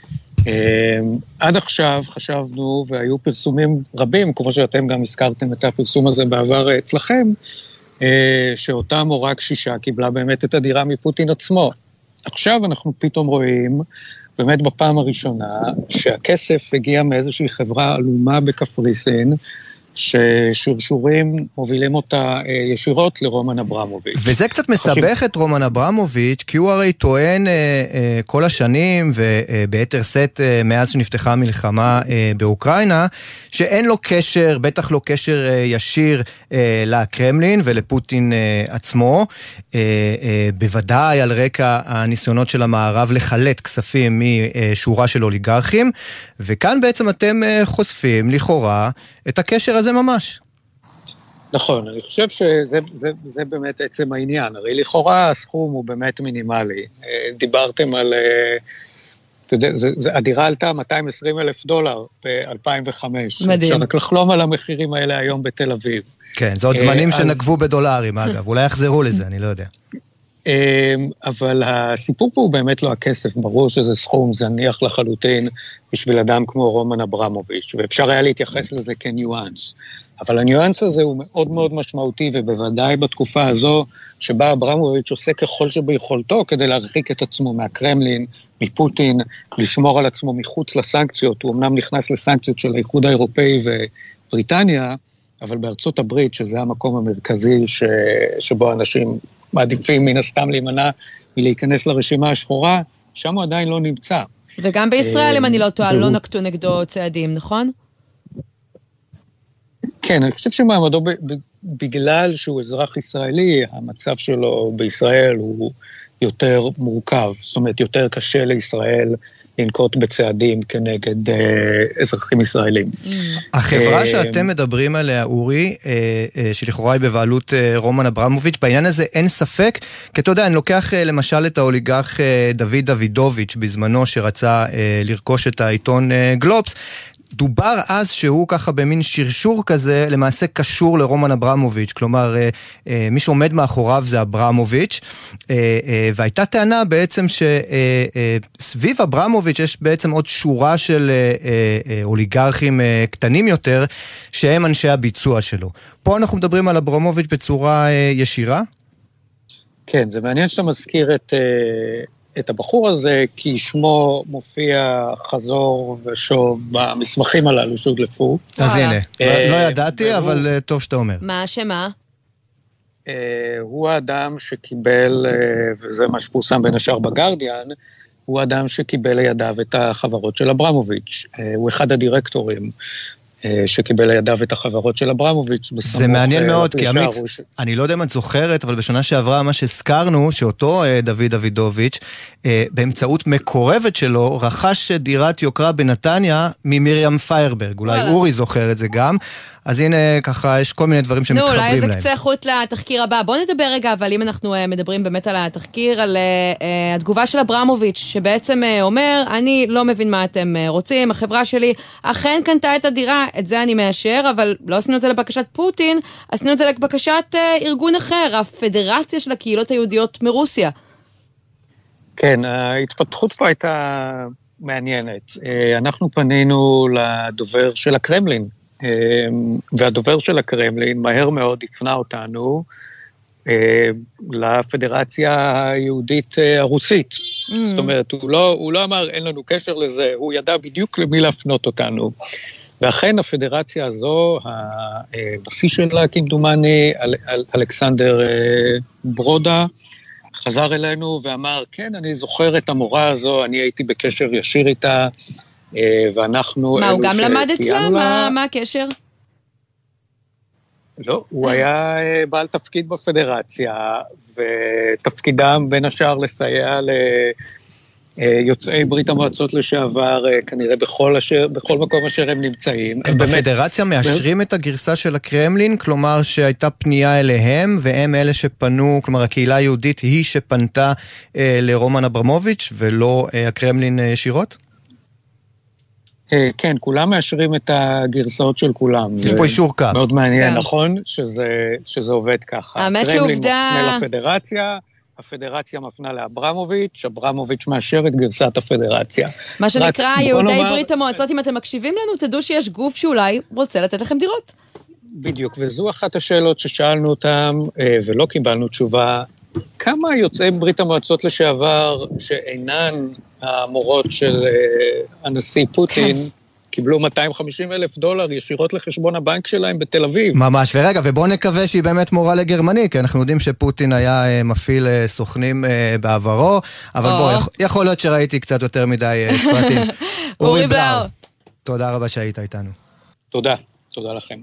עד עכשיו חשבנו, והיו פרסומים רבים, כמו שאתם גם הזכרתם את הפרסום הזה בעבר אצלכם, שאותה מורה קשישה קיבלה באמת את הדירה מפוטין עצמו. עכשיו אנחנו פתאום רואים, באמת בפעם הראשונה, שהכסף הגיע מאיזושהי חברה עלומה בקפריסין, ששורשורים מובילים אותה ישירות לרומן אברמוביץ'. וזה קצת מסבך את רומן אברמוביץ', כי הוא הרי טוען כל השנים, וביתר סט מאז שנפתחה המלחמה באוקראינה, שאין לו קשר, בטח לא קשר ישיר לקרמלין ולפוטין עצמו, בוודאי על רקע הניסיונות של המערב לחלט כספים משורה של אוליגרכים, וכאן בעצם אתם חושפים לכאורה את הקשר הזה ממש. נכון, אני חושב שזה באמת עצם העניין. הרי לכאורה הסכום הוא באמת מינימלי. דיברתם על... הדירה עלתה $220,000 ב-2005. מדהים. אפשר רק לחלום על המחירים האלה היום בתל אביב. כן, זה עוד זמנים שנקבו בדולרים, אגב. אולי יחזרו לזה, אני לא יודע. אבל הסיפור פה הוא באמת לא הכסף, ברור שזה סכום זניח לחלוטין בשביל אדם כמו רומן אברמוביץ', ואפשר היה להתייחס לזה כניואנס. אבל הניואנס הזה הוא מאוד מאוד משמעותי, ובוודאי בתקופה הזו שבה אברמוביץ' עושה ככל שביכולתו כדי להרחיק את עצמו מהקרמלין, מפוטין, לשמור על עצמו מחוץ לסנקציות. הוא אמנם נכנס לסנקציות של האיחוד האירופאי ובריטניה, אבל בארצות הברית, שזה המקום המרכזי שבו אנשים מעדיפים מן הסתם להימנע מלהיכנס לרשימה השחורה, שם הוא עדיין לא נמצא. וגם בישראל, אם אני לא טועה, לא נקטו נגדו צעדים, נכון? כן, אני חושב שמעמדו, בגלל שהוא אזרח ישראלי, המצב שלו בישראל הוא יותר מורכב, זאת אומרת, יותר קשה לישראל לנקוט בצעדים כנגד אזרחים ישראלים. החברה שאתם מדברים עליה, אורי, שלכאורה היא בבעלות רומן אברמוביץ', בעניין הזה אין ספק, כי אתה יודע, אני לוקח למשל את האוליגרך דוד דוידוביץ' בזמנו שרצה לרכוש את העיתון גלובס, דובר אז שהוא ככה במין שרשור כזה, למעשה קשור לרומן אברמוביץ', כלומר, מי שעומד מאחוריו זה אברמוביץ', והייתה טענה בעצם שסביב אברמוביץ' יש בעצם עוד שורה של אוליגרכים קטנים יותר, שהם אנשי הביצוע שלו. פה אנחנו מדברים על אברמוביץ' בצורה ישירה? כן, זה מעניין שאתה מזכיר את הבחור הזה, כי שמו מופיע חזור ושוב במסמכים הללו שהודלפו. אז הנה, לא ידעתי, אבל טוב שאתה אומר. מה השמה? הוא האדם שקיבל, וזה מה שפורסם בין השאר בגרדיאן, הוא האדם שקיבל לידיו את החברות של אברמוביץ'. הוא אחד הדירקטורים שקיבל לידיו את החברות של אברמוביץ'. זה מעניין מאוד, כי עמית, אני לא יודע אם את זוכרת, אבל בשנה שעברה מה שהזכרנו, שאותו דוד דוידוביץ', באמצעות מקורבת שלו, רכש דירת יוקרה בנתניה ממרים פיירברג. אולי אורי זוכר את זה גם. אז הנה, ככה, יש כל מיני דברים שמתחברים להם. אולי זה קצה חוט לתחקיר הבא. בואו נדבר רגע, אבל אם אנחנו מדברים באמת על התחקיר, על התגובה של אברמוביץ', שבעצם אומר, אני לא מבין מה אתם רוצים, החברה שלי אכן קנתה את הדירה, את זה אני מאשר, אבל לא עשינו את זה לבקשת פוטין, עשינו את זה לבקשת ארגון אחר, הפדרציה של הקהילות היהודיות מרוסיה. כן, ההתפתחות פה הייתה מעניינת. אנחנו פנינו לדובר של הקרמלין, והדובר של הקרמלין מהר מאוד הפנה אותנו לפדרציה היהודית הרוסית. זאת אומרת, הוא לא אמר אין לנו קשר לזה, הוא ידע בדיוק למי להפנות אותנו. ואכן הפדרציה הזו, הנשיא שלה כמדומני, אלכסנדר ברודה, חזר אלינו ואמר, כן, אני זוכר את המורה הזו, אני הייתי בקשר ישיר איתה, ואנחנו... מה, הוא גם למד אצלה? מה הקשר? לא, הוא היה בעל תפקיד בפדרציה, ותפקידם בין השאר לסייע ליוצאי ברית המועצות לשעבר, כנראה בכל מקום אשר הם נמצאים. אז בפדרציה מאשרים את הגרסה של הקרמלין, כלומר שהייתה פנייה אליהם, והם אלה שפנו, כלומר הקהילה היהודית היא שפנתה לרומן אברמוביץ' ולא הקרמלין ישירות? כן, כולם מאשרים את הגרסאות של כולם. יש פה אישור קו. מאוד מעניין, נכון, שזה עובד ככה. האמת שעובדה... הקרמלין מפנה לפדרציה, הפדרציה מפנה לאברמוביץ', אברמוביץ' מאשר את גרסת הפדרציה. מה שנקרא, יהודי ברית המועצות, אם אתם מקשיבים לנו, תדעו שיש גוף שאולי רוצה לתת לכם דירות. בדיוק, וזו אחת השאלות ששאלנו אותם, ולא קיבלנו תשובה. כמה יוצאי ברית המועצות לשעבר, שאינן המורות של הנשיא פוטין, קיבלו $250,000 ישירות לחשבון הבנק שלהם בתל אביב. ממש, ורגע, ובואו נקווה שהיא באמת מורה לגרמני, כי אנחנו יודעים שפוטין היה מפעיל סוכנים בעברו, אבל בואו, יכול להיות שראיתי קצת יותר מדי סרטים. אורי בלאו. תודה רבה שהיית איתנו. תודה, תודה לכם.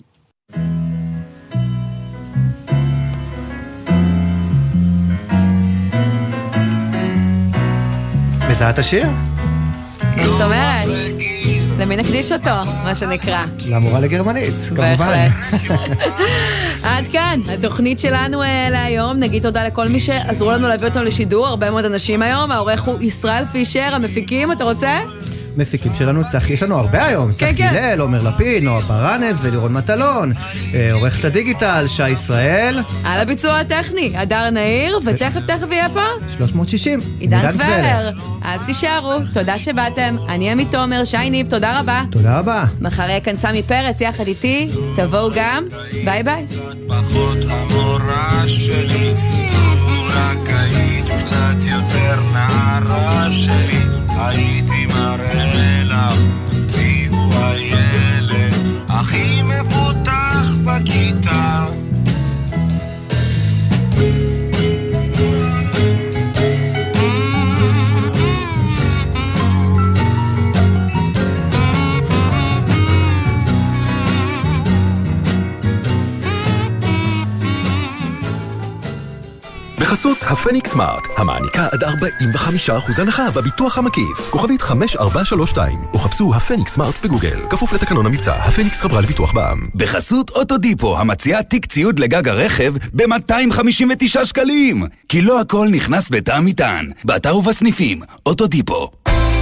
מזהה השיר? זאת אומרת, למי נקדיש אותו, מה שנקרא. למורה לגרמנית, כמובן. בהחלט. עד כאן, התוכנית שלנו להיום. נגיד תודה לכל מי שעזרו לנו להביא אותנו לשידור, הרבה מאוד אנשים היום. העורך הוא ישראל פישר, המפיקים, אתה רוצה? מפיקים שלנו צחי, יש לנו הרבה היום, צחי ליל, עומר לפיד, נועה ברנס ולירון מטלון, עורכת הדיגיטל, שי ישראל. על הביצוע הטכני, הדר נעיר, ותכף יהיה פה 360, עידן קבלר. אז תישארו, תודה שבאתם, אני עמית תומר, שי ניב, תודה רבה. תודה רבה. מחר יהיה כאן סמי פרץ יחד איתי, תבואו גם, ביי ביי. פחות המורה שלי, רק היית קצת יותר נערה שלי, הייתי מראה לך, כי הוא הילד הכי מפותח בכיתה. בחסות הפניקס סמארט, המעניקה עד 45% הנחה בביטוח המקיף. כוכבית 5432, או חפשו הפניקס סמארט בגוגל. כפוף לתקנון המבצע, הפניקס חברה לביטוח בע"מ. בחסות אוטודיפו, המציעה תיק ציוד לגג הרכב ב-259 שקלים. כי לא הכל נכנס בטעם מטען. באתר ובסניפים, אוטודיפו.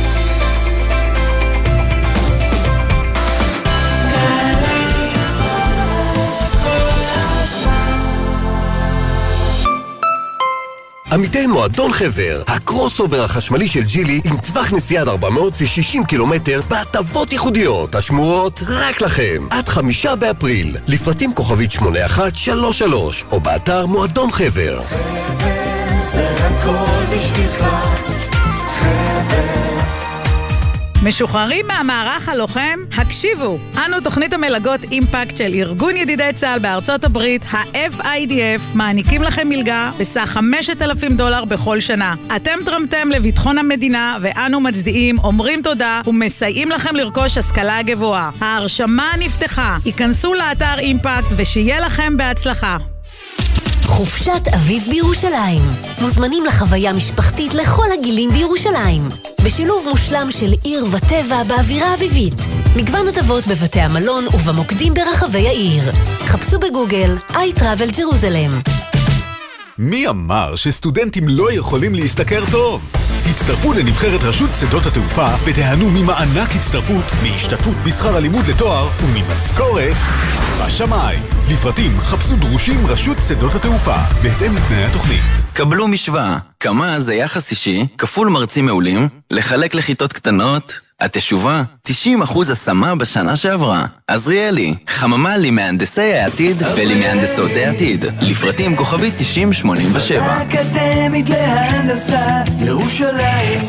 עמיתי מועדון חבר, הקרוס אובר החשמלי של ג'ילי עם טווח נסיעה עד 460 קילומטר בהטבות ייחודיות השמורות רק לכם עד 5 באפריל. לפרטים כוכבית 8133 או באתר מועדון חבר. זה הכל בשבילך, חבר. משוחררים מהמערך הלוחם? הקשיבו! אנו תוכנית המלגות אימפקט של ארגון ידידי צה"ל בארצות הברית, ה-FIDF, מעניקים לכם מלגה בסך $5,000 בכל שנה. אתם תרמתם לביטחון המדינה ואנו מצדיעים, אומרים תודה ומסייעים לכם לרכוש השכלה גבוהה. ההרשמה נפתחה. היכנסו לאתר אימפקט ושיהיה לכם בהצלחה. חופשת אביב בירושלים. מוזמנים לחוויה משפחתית לכל הגילים בירושלים. בשילוב מושלם של עיר וטבע באווירה אביבית. מגוון הטבות בבתי המלון ובמוקדים ברחבי העיר. חפשו בגוגל iTravel Jerusalem. מי אמר שסטודנטים לא יכולים להשתכר טוב? הצטרפו לנבחרת רשות שדות התעופה ותיהנו ממענק הצטרפות, מהשתתפות בשכר הלימוד לתואר וממשכורת בשמיים. לפרטים חפשו דרושים רשות שדות התעופה בהתאם לתנאי התוכנית. קבלו משוואה, כמה זה יחס אישי כפול מרצים מעולים לחלק לכיתות קטנות. התשובה, 90% השמה בשנה שעברה. עזריאלי, חממה למהנדסי העתיד ולמהנדסות העתיד. לפרטים כוכבית 9087. אקדמית להנדסה ירושלים.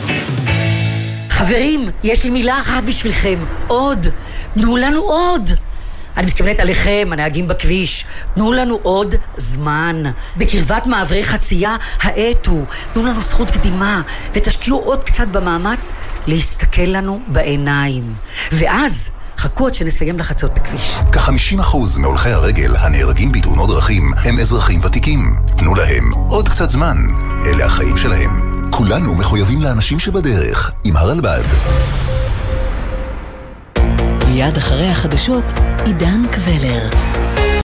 חברים, יש לי מילה אחת בשבילכם. עוד. תנו לנו עוד. אני מתכוונת עליכם, הנהגים בכביש. תנו לנו עוד זמן. בקרבת מעברי חצייה, האטו. תנו לנו זכות קדימה, ותשקיעו עוד קצת במאמץ להסתכל לנו בעיניים. ואז חכו עד שנסיים לחצות בכביש. כ-50% מהולכי הרגל הנהרגים בתאונות דרכים הם אזרחים ותיקים. תנו להם עוד קצת זמן. אלה החיים שלהם. כולנו מחויבים לאנשים שבדרך, עם הרלב"ד. מיד אחרי החדשות, עידן קבלר.